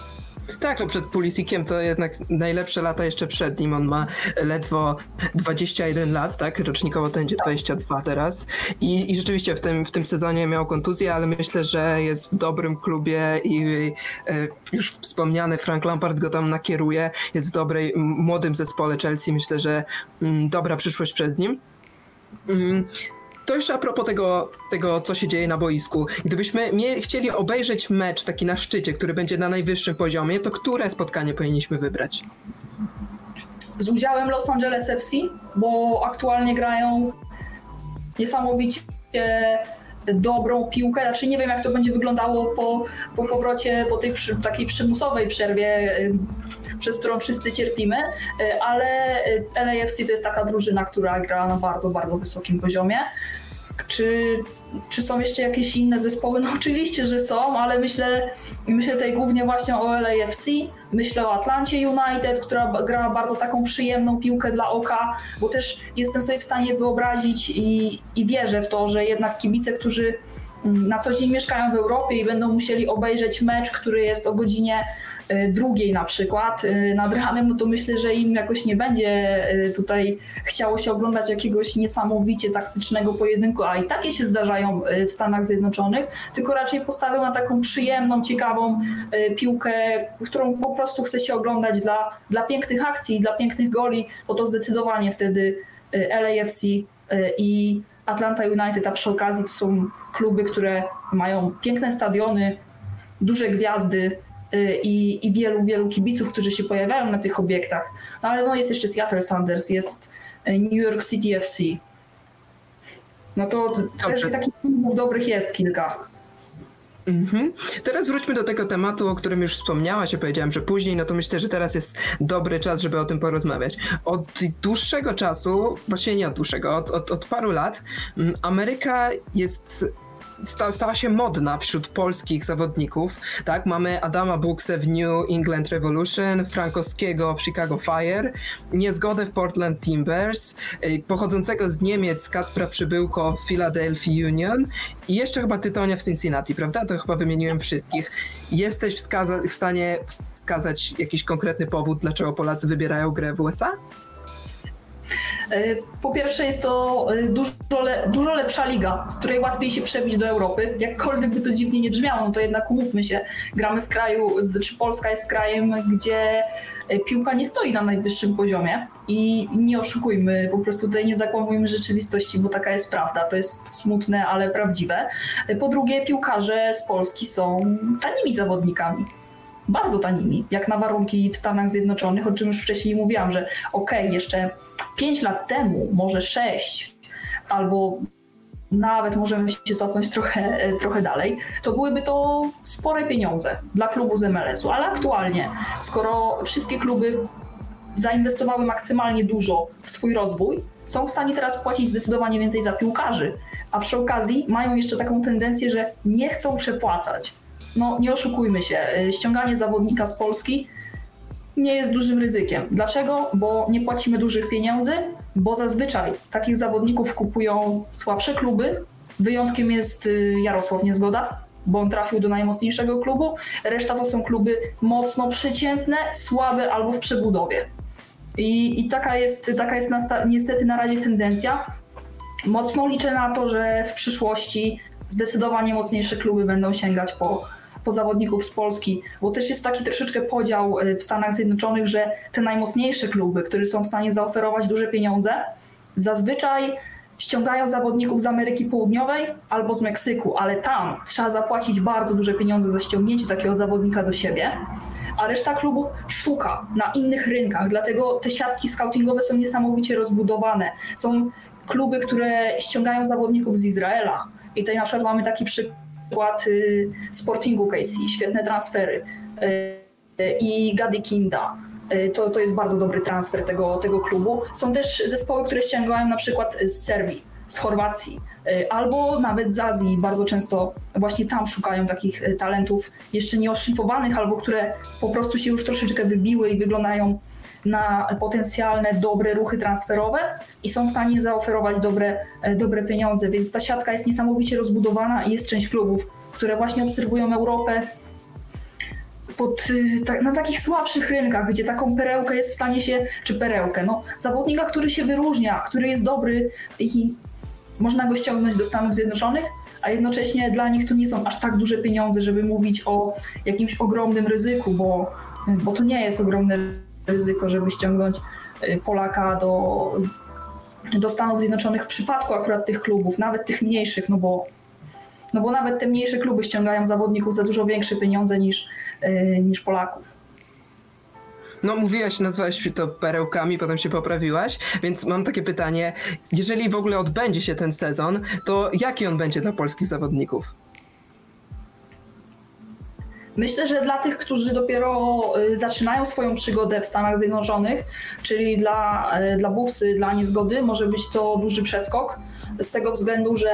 Tak, no przed Pulisikiem to jednak najlepsze lata jeszcze przed nim. On ma ledwo 21 lat, tak? Rocznikowo to będzie 22 teraz. I rzeczywiście w tym sezonie miał kontuzję, ale myślę, że jest w dobrym klubie i już wspomniany Frank Lampard go tam nakieruje. Jest w młodym zespole Chelsea. Myślę, że dobra przyszłość przed nim. To jeszcze a propos tego, co się dzieje na boisku. Gdybyśmy chcieli obejrzeć mecz taki na szczycie, który będzie na najwyższym poziomie, to które spotkanie powinniśmy wybrać? Z udziałem Los Angeles FC, bo aktualnie grają niesamowicie dobrą piłkę. Znaczy nie wiem, jak to będzie wyglądało po powrocie, po tej takiej przymusowej przerwie, przez którą wszyscy cierpimy, ale LAFC to jest taka drużyna, która gra na bardzo, bardzo wysokim poziomie. Czy są jeszcze jakieś inne zespoły? No oczywiście, że są, ale myślę tutaj głównie właśnie o LAFC, myślę o Atlancie United, która gra bardzo taką przyjemną piłkę dla oka, bo też jestem sobie w stanie wyobrazić i wierzę w to, że jednak kibice, którzy na co dzień mieszkają w Europie i będą musieli obejrzeć mecz, który jest o godzinie 2 na przykład nad ranem, no to myślę, że im jakoś nie będzie tutaj chciało się oglądać jakiegoś niesamowicie taktycznego pojedynku, a i takie się zdarzają w Stanach Zjednoczonych, tylko raczej postawią na taką przyjemną, ciekawą piłkę, którą po prostu chce się oglądać dla pięknych akcji, dla pięknych goli, bo to zdecydowanie wtedy LAFC i Atlanta United, a przy okazji to są kluby, które mają piękne stadiony, duże gwiazdy i wielu kibiców, którzy się pojawiają na tych obiektach. No ale no jest jeszcze Seattle Sounders, jest New York City FC. No to też takich klubów dobrych jest kilka. Teraz wróćmy do tego tematu, o którym już wspomniałaś, ja powiedziałem, że później, no to myślę, że teraz jest dobry czas, żeby o tym porozmawiać. Od dłuższego czasu, właściwie nie od dłuższego, od paru lat Ameryka stała się modna wśród polskich zawodników, tak? Mamy Adama Buksę w New England Revolution, Frankowskiego w Chicago Fire, Niezgodę w Portland Timbers, pochodzącego z Niemiec Kacpra Przybyłko w Philadelphia Union i jeszcze chyba Tytonia w Cincinnati, prawda? To chyba wymieniłem wszystkich. Jesteś w stanie wskazać jakiś konkretny powód, dlaczego Polacy wybierają grę w USA? Po pierwsze jest to dużo lepsza liga, z której łatwiej się przebić do Europy. Jakkolwiek by to dziwnie nie brzmiało, no to jednak umówmy się, gramy w kraju, czy Polska jest krajem, gdzie piłka nie stoi na najwyższym poziomie i nie oszukujmy, po prostu tutaj nie zakłamujmy rzeczywistości, bo taka jest prawda, to jest smutne, ale prawdziwe. Po drugie, piłkarze z Polski są tanimi zawodnikami. Bardzo tanimi, jak na warunki w Stanach Zjednoczonych, o czym już wcześniej mówiłam, że jeszcze 5 lat temu, może 6, albo nawet możemy się cofnąć trochę dalej, to byłyby to spore pieniądze dla klubu z MLS-u, ale aktualnie, skoro wszystkie kluby zainwestowały maksymalnie dużo w swój rozwój, są w stanie teraz płacić zdecydowanie więcej za piłkarzy, a przy okazji mają jeszcze taką tendencję, że nie chcą przepłacać. No nie oszukujmy się, ściąganie zawodnika z Polski nie jest dużym ryzykiem. Dlaczego? Bo nie płacimy dużych pieniędzy, bo zazwyczaj takich zawodników kupują słabsze kluby. Wyjątkiem jest Jarosław Niezgoda, bo on trafił do najmocniejszego klubu. Reszta to są kluby mocno przeciętne, słabe albo w przebudowie. I taka jest niestety na razie tendencja. Mocno liczę na to, że w przyszłości zdecydowanie mocniejsze kluby będą sięgać po zawodników z Polski, bo też jest taki troszeczkę podział w Stanach Zjednoczonych, że te najmocniejsze kluby, które są w stanie zaoferować duże pieniądze, zazwyczaj ściągają zawodników z Ameryki Południowej albo z Meksyku, ale tam trzeba zapłacić bardzo duże pieniądze za ściągnięcie takiego zawodnika do siebie, a reszta klubów szuka na innych rynkach, dlatego te siatki scoutingowe są niesamowicie rozbudowane. Są kluby, które ściągają zawodników z Izraela i tutaj na przykład mamy taki przykład Sportingu KC, świetne transfery i Gady Kinda. To jest bardzo dobry transfer tego klubu. Są też zespoły, które ściągają na przykład z Serbii, z Chorwacji albo nawet z Azji. Bardzo często właśnie tam szukają takich talentów jeszcze nieoszlifowanych albo które po prostu się już troszeczkę wybiły i wyglądają na potencjalne dobre ruchy transferowe i są w stanie zaoferować dobre pieniądze, więc ta siatka jest niesamowicie rozbudowana i jest część klubów, które właśnie obserwują Europę na takich słabszych rynkach, gdzie taką perełkę jest w stanie się, czy perełkę, no zawodnika, który się wyróżnia, który jest dobry i można go ściągnąć do Stanów Zjednoczonych, a jednocześnie dla nich to nie są aż tak duże pieniądze, żeby mówić o jakimś ogromnym ryzyku, bo to nie jest ogromne ryzyko, żeby ściągnąć Polaka do Stanów Zjednoczonych w przypadku akurat tych klubów, nawet tych mniejszych, no bo nawet te mniejsze kluby ściągają zawodników za dużo większe pieniądze niż Polaków. No mówiłaś, nazwałeś to perełkami, potem się poprawiłaś, więc mam takie pytanie, jeżeli w ogóle odbędzie się ten sezon, to jaki on będzie dla polskich zawodników? Myślę, że dla tych, którzy dopiero zaczynają swoją przygodę w Stanach Zjednoczonych, czyli dla Buksy, dla Niezgody, może być to duży przeskok, z tego względu, że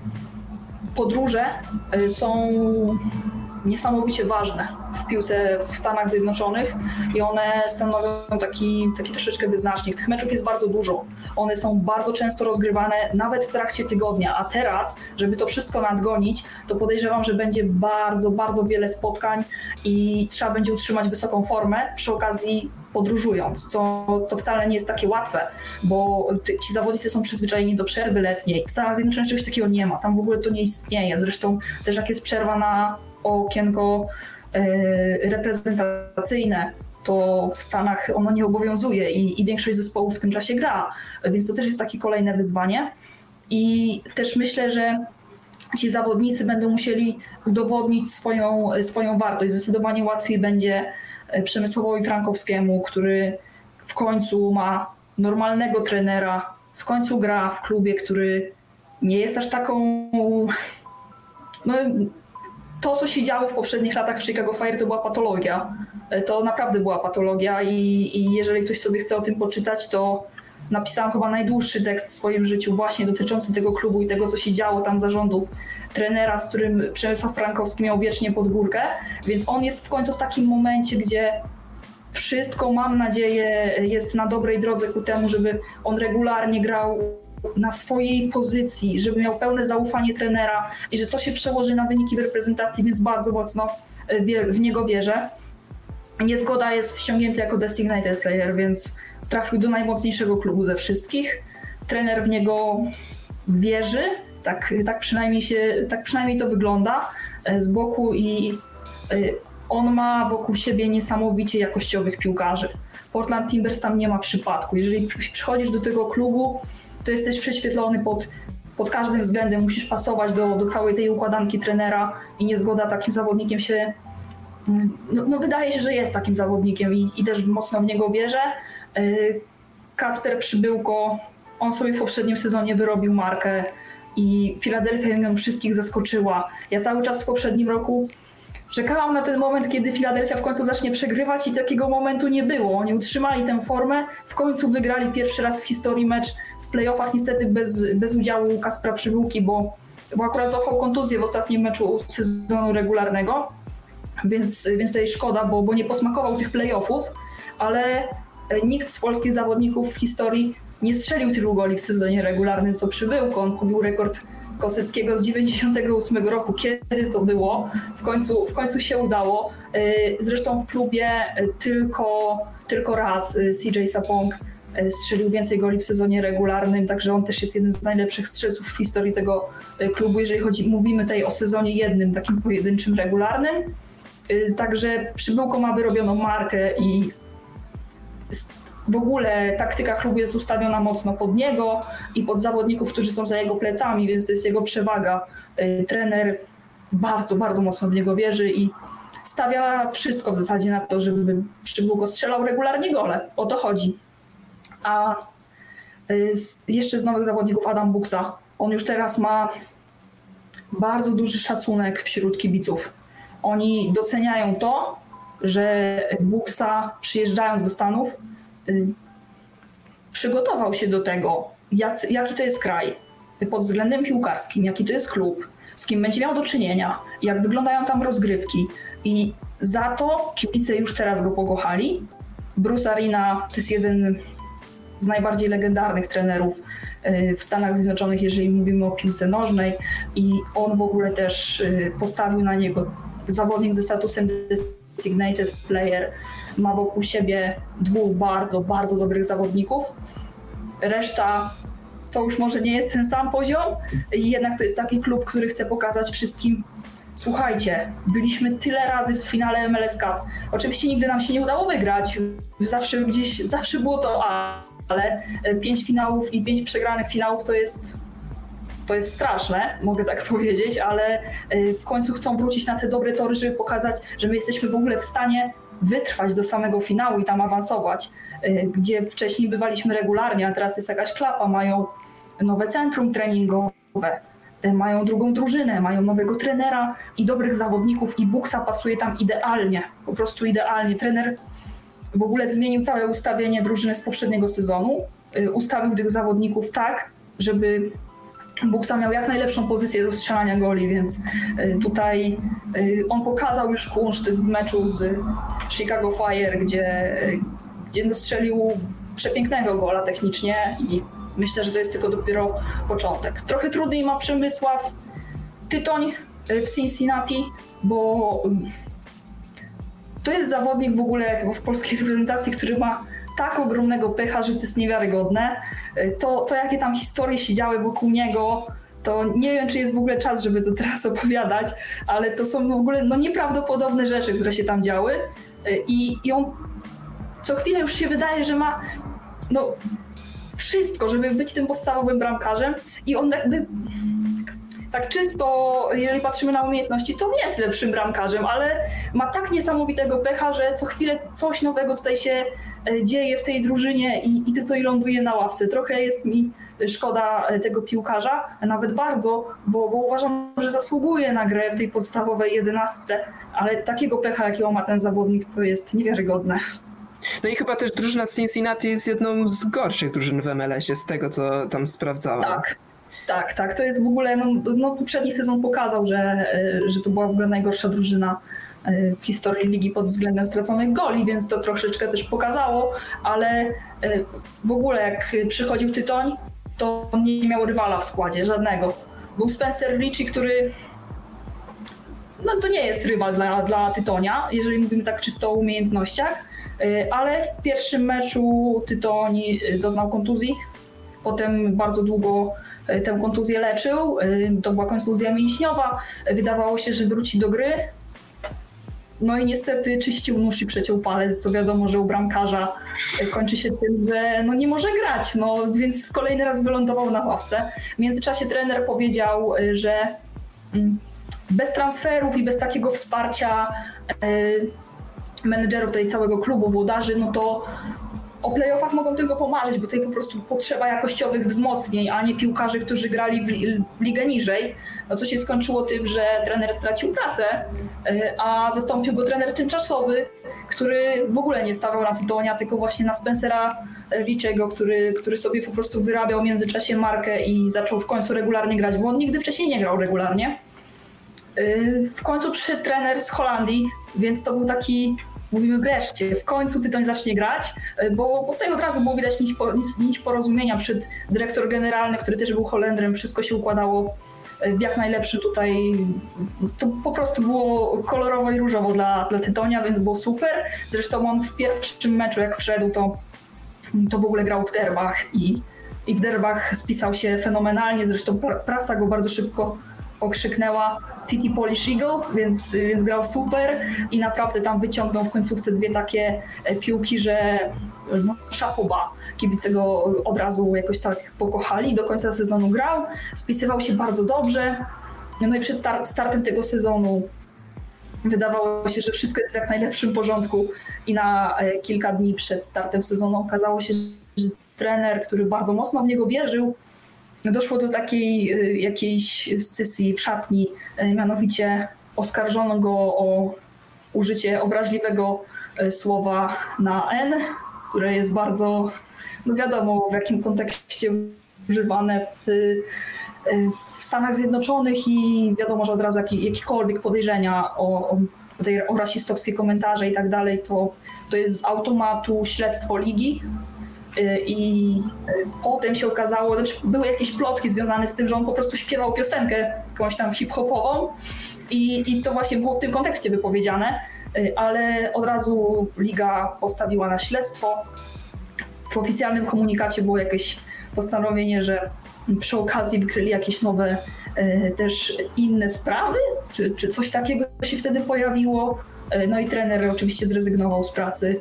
podróże są niesamowicie ważne w piłce w Stanach Zjednoczonych i one stanowią taki troszeczkę wyznacznik. Tych meczów jest bardzo dużo. One są bardzo często rozgrywane nawet w trakcie tygodnia, a teraz, żeby to wszystko nadgonić, to podejrzewam, że będzie bardzo, bardzo wiele spotkań i trzeba będzie utrzymać wysoką formę przy okazji podróżując, co wcale nie jest takie łatwe, bo ci zawodnicy są przyzwyczajeni do przerwy letniej. W Stanach Zjednoczonych czegoś takiego nie ma, tam w ogóle to nie istnieje. Zresztą też jak jest przerwa na okienko reprezentacyjne, to w Stanach ono nie obowiązuje i większość zespołów w tym czasie gra, więc to też jest takie kolejne wyzwanie. I też myślę, że ci zawodnicy będą musieli udowodnić swoją wartość. Zdecydowanie łatwiej będzie Przemysławowi Frankowskiemu, który w końcu ma normalnego trenera, w końcu gra w klubie, który nie jest aż taką... No, to, co się działo w poprzednich latach w Chicago Fire, to była patologia. To naprawdę była patologia i jeżeli ktoś sobie chce o tym poczytać, to napisałam chyba najdłuższy tekst w swoim życiu właśnie dotyczący tego klubu i tego, co się działo tam zarządów trenera, z którym Przemysław Frankowski miał wiecznie pod górkę, więc on jest w końcu w takim momencie, gdzie wszystko, mam nadzieję, jest na dobrej drodze ku temu, żeby on regularnie grał na swojej pozycji, żeby miał pełne zaufanie trenera i że to się przełoży na wyniki w reprezentacji, więc bardzo mocno w niego wierzę. Niezgoda jest ściągnięty jako designated player, więc trafił do najmocniejszego klubu ze wszystkich. Trener w niego wierzy, tak przynajmniej to wygląda z boku i on ma wokół siebie niesamowicie jakościowych piłkarzy. Portland Timbers tam nie ma przypadku. Jeżeli przychodzisz do tego klubu, to jesteś prześwietlony pod każdym względem, musisz pasować do całej tej układanki trenera i Niezgoda takim zawodnikiem się... No wydaje się, że jest takim zawodnikiem i też mocno w niego wierzę. Kacper Przybyłko, on sobie w poprzednim sezonie wyrobił markę i Philadelphia ją wszystkich zaskoczyła. Ja cały czas w poprzednim roku czekałam na ten moment, kiedy Philadelphia w końcu zacznie przegrywać i takiego momentu nie było. Oni utrzymali tę formę, w końcu wygrali pierwszy raz w historii mecz w playoffach, niestety bez udziału Kacpra Przybyłki, bo akurat złapał kontuzję w ostatnim meczu sezonu regularnego, więc to jest szkoda, bo nie posmakował tych playoffów, ale nikt z polskich zawodników w historii nie strzelił tylu goli w sezonie regularnym, co Przybyłko. On pobił rekord Koseckiego z 98 roku. Kiedy to było? W końcu się udało. Zresztą w klubie tylko raz CJ Sapong strzelił więcej goli w sezonie regularnym, także on też jest jeden z najlepszych strzelców w historii tego klubu, jeżeli mówimy tutaj o sezonie jednym, takim pojedynczym, regularnym. Także Przybyłko ma wyrobioną markę i w ogóle taktyka klubu jest ustawiona mocno pod niego i pod zawodników, którzy są za jego plecami, więc to jest jego przewaga. Trener bardzo, bardzo mocno w niego wierzy i stawia wszystko w zasadzie na to, żeby Przybyłko strzelał regularnie gole. O to chodzi. A jeszcze z nowych zawodników Adam Buksa. On już teraz ma bardzo duży szacunek wśród kibiców. Oni doceniają to, że Buksa przyjeżdżając do Stanów przygotował się do tego, jaki to jest kraj pod względem piłkarskim, jaki to jest klub, z kim będzie miał do czynienia, jak wyglądają tam rozgrywki i za to kibice już teraz go pokochali. Bruce Arena to jest jeden z najbardziej legendarnych trenerów w Stanach Zjednoczonych, jeżeli mówimy o piłce nożnej i on w ogóle też postawił na niego zawodnik ze statusem designated player ma wokół siebie 2 bardzo, bardzo dobrych zawodników. Reszta to już może nie jest ten sam poziom, jednak to jest taki klub, który chce pokazać wszystkim: słuchajcie, byliśmy tyle razy w finale MLS Cup. Oczywiście nigdy nam się nie udało wygrać, zawsze było to, ale 5 finałów i 5 przegranych finałów to jest straszne, mogę tak powiedzieć, ale w końcu chcą wrócić na te dobre tory, żeby pokazać, że my jesteśmy w ogóle w stanie wytrwać do samego finału i tam awansować, gdzie wcześniej bywaliśmy regularnie, a teraz jest jakaś klapa, mają nowe centrum treningowe, mają drugą drużynę, mają nowego trenera i dobrych zawodników i Buksa pasuje tam idealnie, po prostu idealnie. Trener w ogóle zmienił całe ustawienie drużyny z poprzedniego sezonu, ustawił tych zawodników tak, żeby Buksa miał jak najlepszą pozycję do strzelania goli, więc tutaj on pokazał już kunszt w meczu z Chicago Fire, gdzie strzelił przepięknego gola technicznie i myślę, że to jest tylko dopiero początek. Trochę trudniej ma Przemysław Tytoń w Cincinnati, bo to jest zawodnik w ogóle chyba w polskiej reprezentacji, który ma tak ogromnego pecha, że to jest niewiarygodne. To jakie tam historie się działy wokół niego, to nie wiem, czy jest w ogóle czas, żeby to teraz opowiadać, ale to są w ogóle nieprawdopodobne rzeczy, które się tam działy i on co chwilę już się wydaje, że ma wszystko, żeby być tym podstawowym bramkarzem i on jakby tak czysto, jeżeli patrzymy na umiejętności, to nie jest lepszym bramkarzem, ale ma tak niesamowitego pecha, że co chwilę coś nowego tutaj się dzieje w tej drużynie i tutaj ląduje na ławce. Trochę jest mi szkoda tego piłkarza, nawet bardzo, bo uważam, że zasługuje na grę w tej podstawowej 11, ale takiego pecha, jakiego ma ten zawodnik, to jest niewiarygodne. No i chyba też drużyna z Cincinnati jest jedną z gorszych drużyn w MLS-ie, z tego co tam sprawdzałem. Tak. To jest w ogóle, poprzedni sezon pokazał, że to była w ogóle najgorsza drużyna w historii ligi pod względem straconych goli, więc to troszeczkę też pokazało, ale w ogóle jak przychodził Tytoń, to nie miał rywala w składzie, żadnego. Był Spencer Richie, który to nie jest rywal dla Tytonia, jeżeli mówimy tak czysto o umiejętnościach, ale w pierwszym meczu Tytoń doznał kontuzji, potem bardzo długo tę kontuzję leczył, to była kontuzja mięśniowa, wydawało się, że wróci do gry, no i niestety czyścił nóż i przeciął palec, co wiadomo, że u bramkarza kończy się tym, że nie może grać, więc kolejny raz wylądował na ławce. W międzyczasie trener powiedział, że bez transferów i bez takiego wsparcia menedżerów tej całego klubu, włodarzy, to o play-offach mogą tylko pomarzyć, bo tutaj po prostu potrzeba jakościowych wzmocnień, a nie piłkarzy, którzy grali w ligę niżej. Co się skończyło tym, że trener stracił pracę, a zastąpił go trener tymczasowy, który w ogóle nie stawał na Tytonia, tylko właśnie na Spencera Richiego, który sobie po prostu wyrabiał w międzyczasie markę i zaczął w końcu regularnie grać, bo on nigdy wcześniej nie grał regularnie. W końcu przyszedł trener z Holandii, więc to był taki, mówimy wreszcie, w końcu Tytoń zacznie grać, bo tutaj od razu było widać nić porozumienia. Przed dyrektor generalny, który też był Holendrem, wszystko się układało w jak najlepszy tutaj, to po prostu było kolorowo i różowo dla Tytonia, więc było super. Zresztą on w pierwszym meczu jak wszedł, to w ogóle grał w derbach i w derbach spisał się fenomenalnie, zresztą prasa go bardzo szybko okrzyknęła Titi Polish Eagle, więc grał super i naprawdę tam wyciągnął w końcówce 2 takie piłki, że chapeau bas. Kibice go od razu jakoś tak pokochali. Do końca sezonu grał, spisywał się bardzo dobrze. No i przed startem tego sezonu wydawało się, że wszystko jest w jak najlepszym porządku i na kilka dni przed startem sezonu okazało się, że trener, który bardzo mocno w niego wierzył, doszło do takiej jakiejś scysji w szatni, mianowicie oskarżono go o użycie obraźliwego słowa na N, które jest bardzo, wiadomo w jakim kontekście używane w Stanach Zjednoczonych i wiadomo, że od razu jakiekolwiek podejrzenia o rasistowskie komentarze i tak dalej, to jest z automatu śledztwo ligi. I potem się okazało, były jakieś plotki związane z tym, że on po prostu śpiewał piosenkę jakąś tam hip-hopową i to właśnie było w tym kontekście wypowiedziane. ale od razu liga postawiła na śledztwo. W oficjalnym komunikacie było jakieś postanowienie, że przy okazji wykryli jakieś nowe też inne sprawy, czy coś takiego się wtedy pojawiło. No i trener oczywiście zrezygnował z pracy.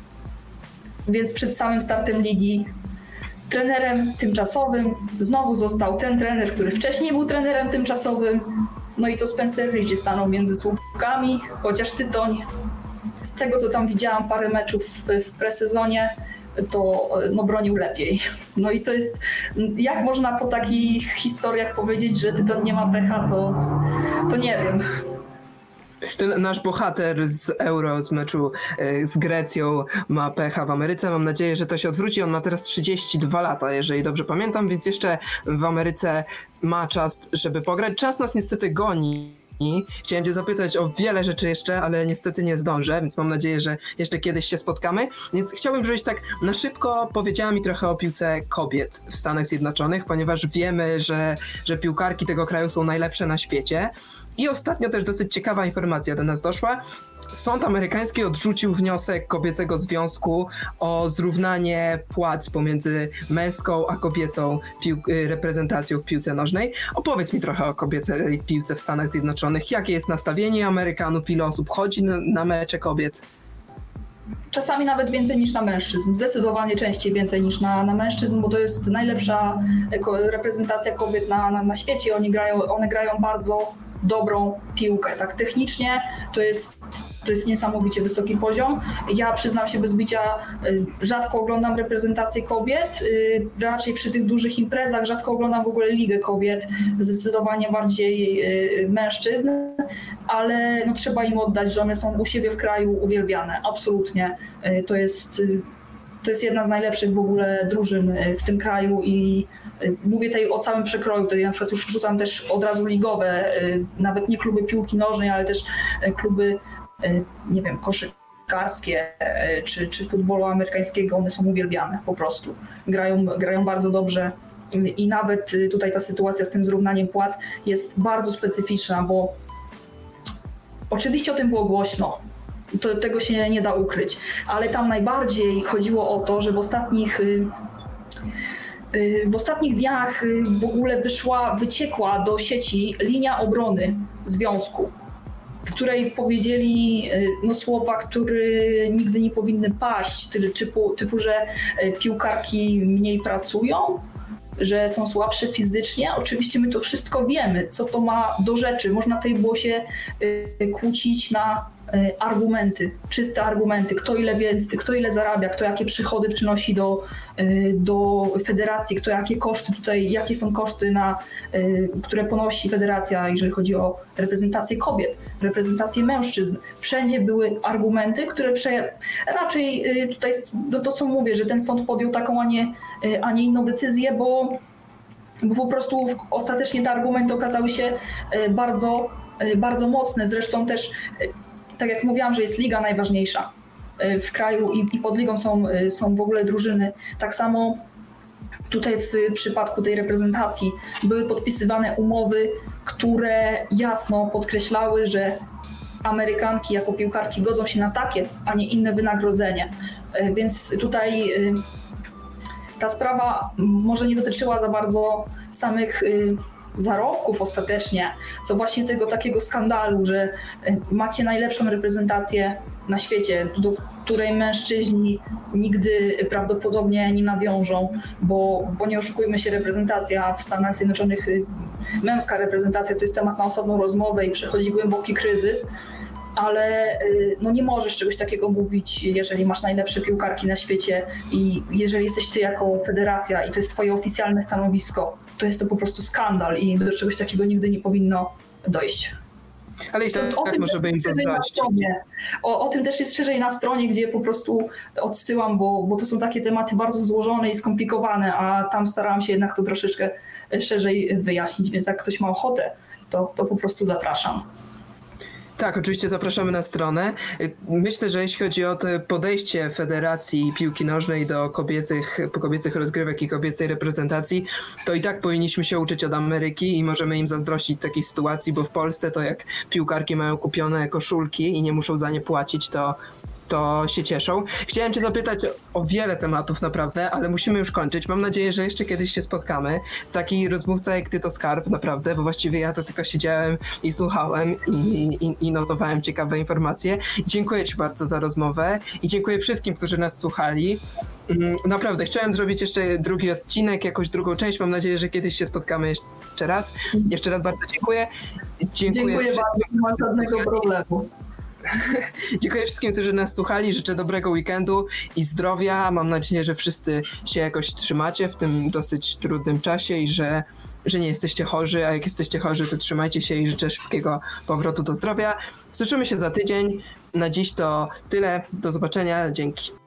Więc przed samym startem ligi trenerem tymczasowym znowu został ten trener, który wcześniej był trenerem tymczasowym. No i to Spencer Ridge stanął między słupkami, chociaż Tytoń, z tego co tam widziałam parę meczów w presezonie, to no, bronił lepiej. No i to jest, jak można po takich historiach powiedzieć, że Tytoń nie ma pecha, to nie wiem. Ten nasz bohater z Euro, z meczu z Grecją ma pecha w Ameryce. Mam nadzieję, że to się odwróci. On ma teraz 32 lata, jeżeli dobrze pamiętam, więc jeszcze w Ameryce ma czas, żeby pograć. Czas nas niestety goni. Chciałem cię zapytać o wiele rzeczy jeszcze, ale niestety nie zdążę, więc mam nadzieję, że jeszcze kiedyś się spotkamy. Więc chciałbym, żebyś tak na szybko powiedziała mi trochę o piłce kobiet w Stanach Zjednoczonych, ponieważ wiemy, że piłkarki tego kraju są najlepsze na świecie. I ostatnio też dosyć ciekawa informacja do nas doszła. Sąd amerykański odrzucił wniosek kobiecego związku o zrównanie płac pomiędzy męską a kobiecą reprezentacją w piłce nożnej. Opowiedz mi trochę o kobiecej piłce w Stanach Zjednoczonych. Jakie jest nastawienie Amerykanów, ile osób chodzi na mecze kobiet? Czasami nawet więcej niż na mężczyzn. Zdecydowanie częściej więcej niż na mężczyzn, bo to jest najlepsza reprezentacja kobiet na świecie. One grają bardzo dobrą piłkę. Tak technicznie to jest niesamowicie wysoki poziom. Ja przyznam się bez bicia, rzadko oglądam reprezentację kobiet, raczej przy tych dużych imprezach rzadko oglądam w ogóle ligę kobiet, zdecydowanie bardziej mężczyzn, ale no, trzeba im oddać, że one są u siebie w kraju uwielbiane, absolutnie. To jest jedna z najlepszych w ogóle drużyn w tym kraju i mówię tutaj o całym przekroju, tutaj na przykład już wrzucam też od razu ligowe, nawet nie kluby piłki nożnej, ale też kluby, nie wiem, koszykarskie czy futbolu amerykańskiego, one są uwielbiane po prostu. Grają bardzo dobrze i nawet tutaj ta sytuacja z tym zrównaniem płac jest bardzo specyficzna, bo oczywiście o tym było głośno. Tego się nie da ukryć, ale tam najbardziej chodziło o to, że w ostatnich dniach w ogóle wyciekła do sieci linia obrony związku, w której powiedzieli słowa, które nigdy nie powinny paść, typu, że piłkarki mniej pracują, że są słabsze fizycznie. Oczywiście my to wszystko wiemy, co to ma do rzeczy. Można tutaj było się kłócić na argumenty, czyste argumenty, kto ile zarabia, kto jakie przychody przynosi do federacji, kto jakie koszty tutaj, jakie są koszty, które ponosi federacja, jeżeli chodzi o reprezentację kobiet, reprezentację mężczyzn. Wszędzie były argumenty, które raczej tutaj to co mówię, że ten sąd podjął taką, a nie inną decyzję, bo po prostu ostatecznie te argumenty okazały się bardzo, bardzo mocne. Zresztą też tak jak mówiłam, że jest liga najważniejsza w kraju i pod ligą są w ogóle drużyny. Tak samo tutaj w przypadku tej reprezentacji były podpisywane umowy, które jasno podkreślały, że Amerykanki jako piłkarki godzą się na takie, a nie inne wynagrodzenie. Więc tutaj ta sprawa może nie dotyczyła za bardzo samych zarobków ostatecznie, co właśnie tego takiego skandalu, że macie najlepszą reprezentację na świecie, do której mężczyźni nigdy prawdopodobnie nie nawiążą, bo nie oszukujmy się, reprezentacja w Stanach Zjednoczonych, męska reprezentacja to jest temat na osobną rozmowę i przechodzi głęboki kryzys, ale no nie możesz czegoś takiego mówić, jeżeli masz najlepsze piłkarki na świecie i jeżeli jesteś ty jako federacja i to jest twoje oficjalne stanowisko, to jest to po prostu skandal i do czegoś takiego nigdy nie powinno dojść. Ale i tak możemy im zazdrościć. O tym też jest szerzej na stronie, gdzie po prostu odsyłam, bo to są takie tematy bardzo złożone i skomplikowane, a tam starałam się jednak to troszeczkę szerzej wyjaśnić, więc jak ktoś ma ochotę, to po prostu zapraszam. Tak, oczywiście zapraszamy na stronę. Myślę, że jeśli chodzi o to podejście Federacji Piłki Nożnej do kobiecych rozgrywek i kobiecej reprezentacji, to i tak powinniśmy się uczyć od Ameryki i możemy im zazdrościć takiej sytuacji, bo w Polsce to jak piłkarki mają kupione koszulki i nie muszą za nie płacić, to się cieszą. Chciałem cię zapytać o wiele tematów naprawdę, ale musimy już kończyć. Mam nadzieję, że jeszcze kiedyś się spotkamy. Taki rozmówca jak ty to skarb, naprawdę, bo właściwie ja to tylko siedziałem i słuchałem i notowałem ciekawe informacje. Dziękuję ci bardzo za rozmowę i dziękuję wszystkim, którzy nas słuchali. Naprawdę, chciałem zrobić jeszcze drugi odcinek, jakąś drugą część. Mam nadzieję, że kiedyś się spotkamy jeszcze raz. Jeszcze raz bardzo dziękuję. Dziękuję bardzo, nie ma żadnego problemu. Dziękuję wszystkim, którzy nas słuchali. Życzę dobrego weekendu i zdrowia. Mam nadzieję, że wszyscy się jakoś trzymacie w tym dosyć trudnym czasie i że nie jesteście chorzy, a jak jesteście chorzy, to trzymajcie się i życzę szybkiego powrotu do zdrowia. Słyszymy się za tydzień. Na dziś to tyle. Do zobaczenia. Dzięki.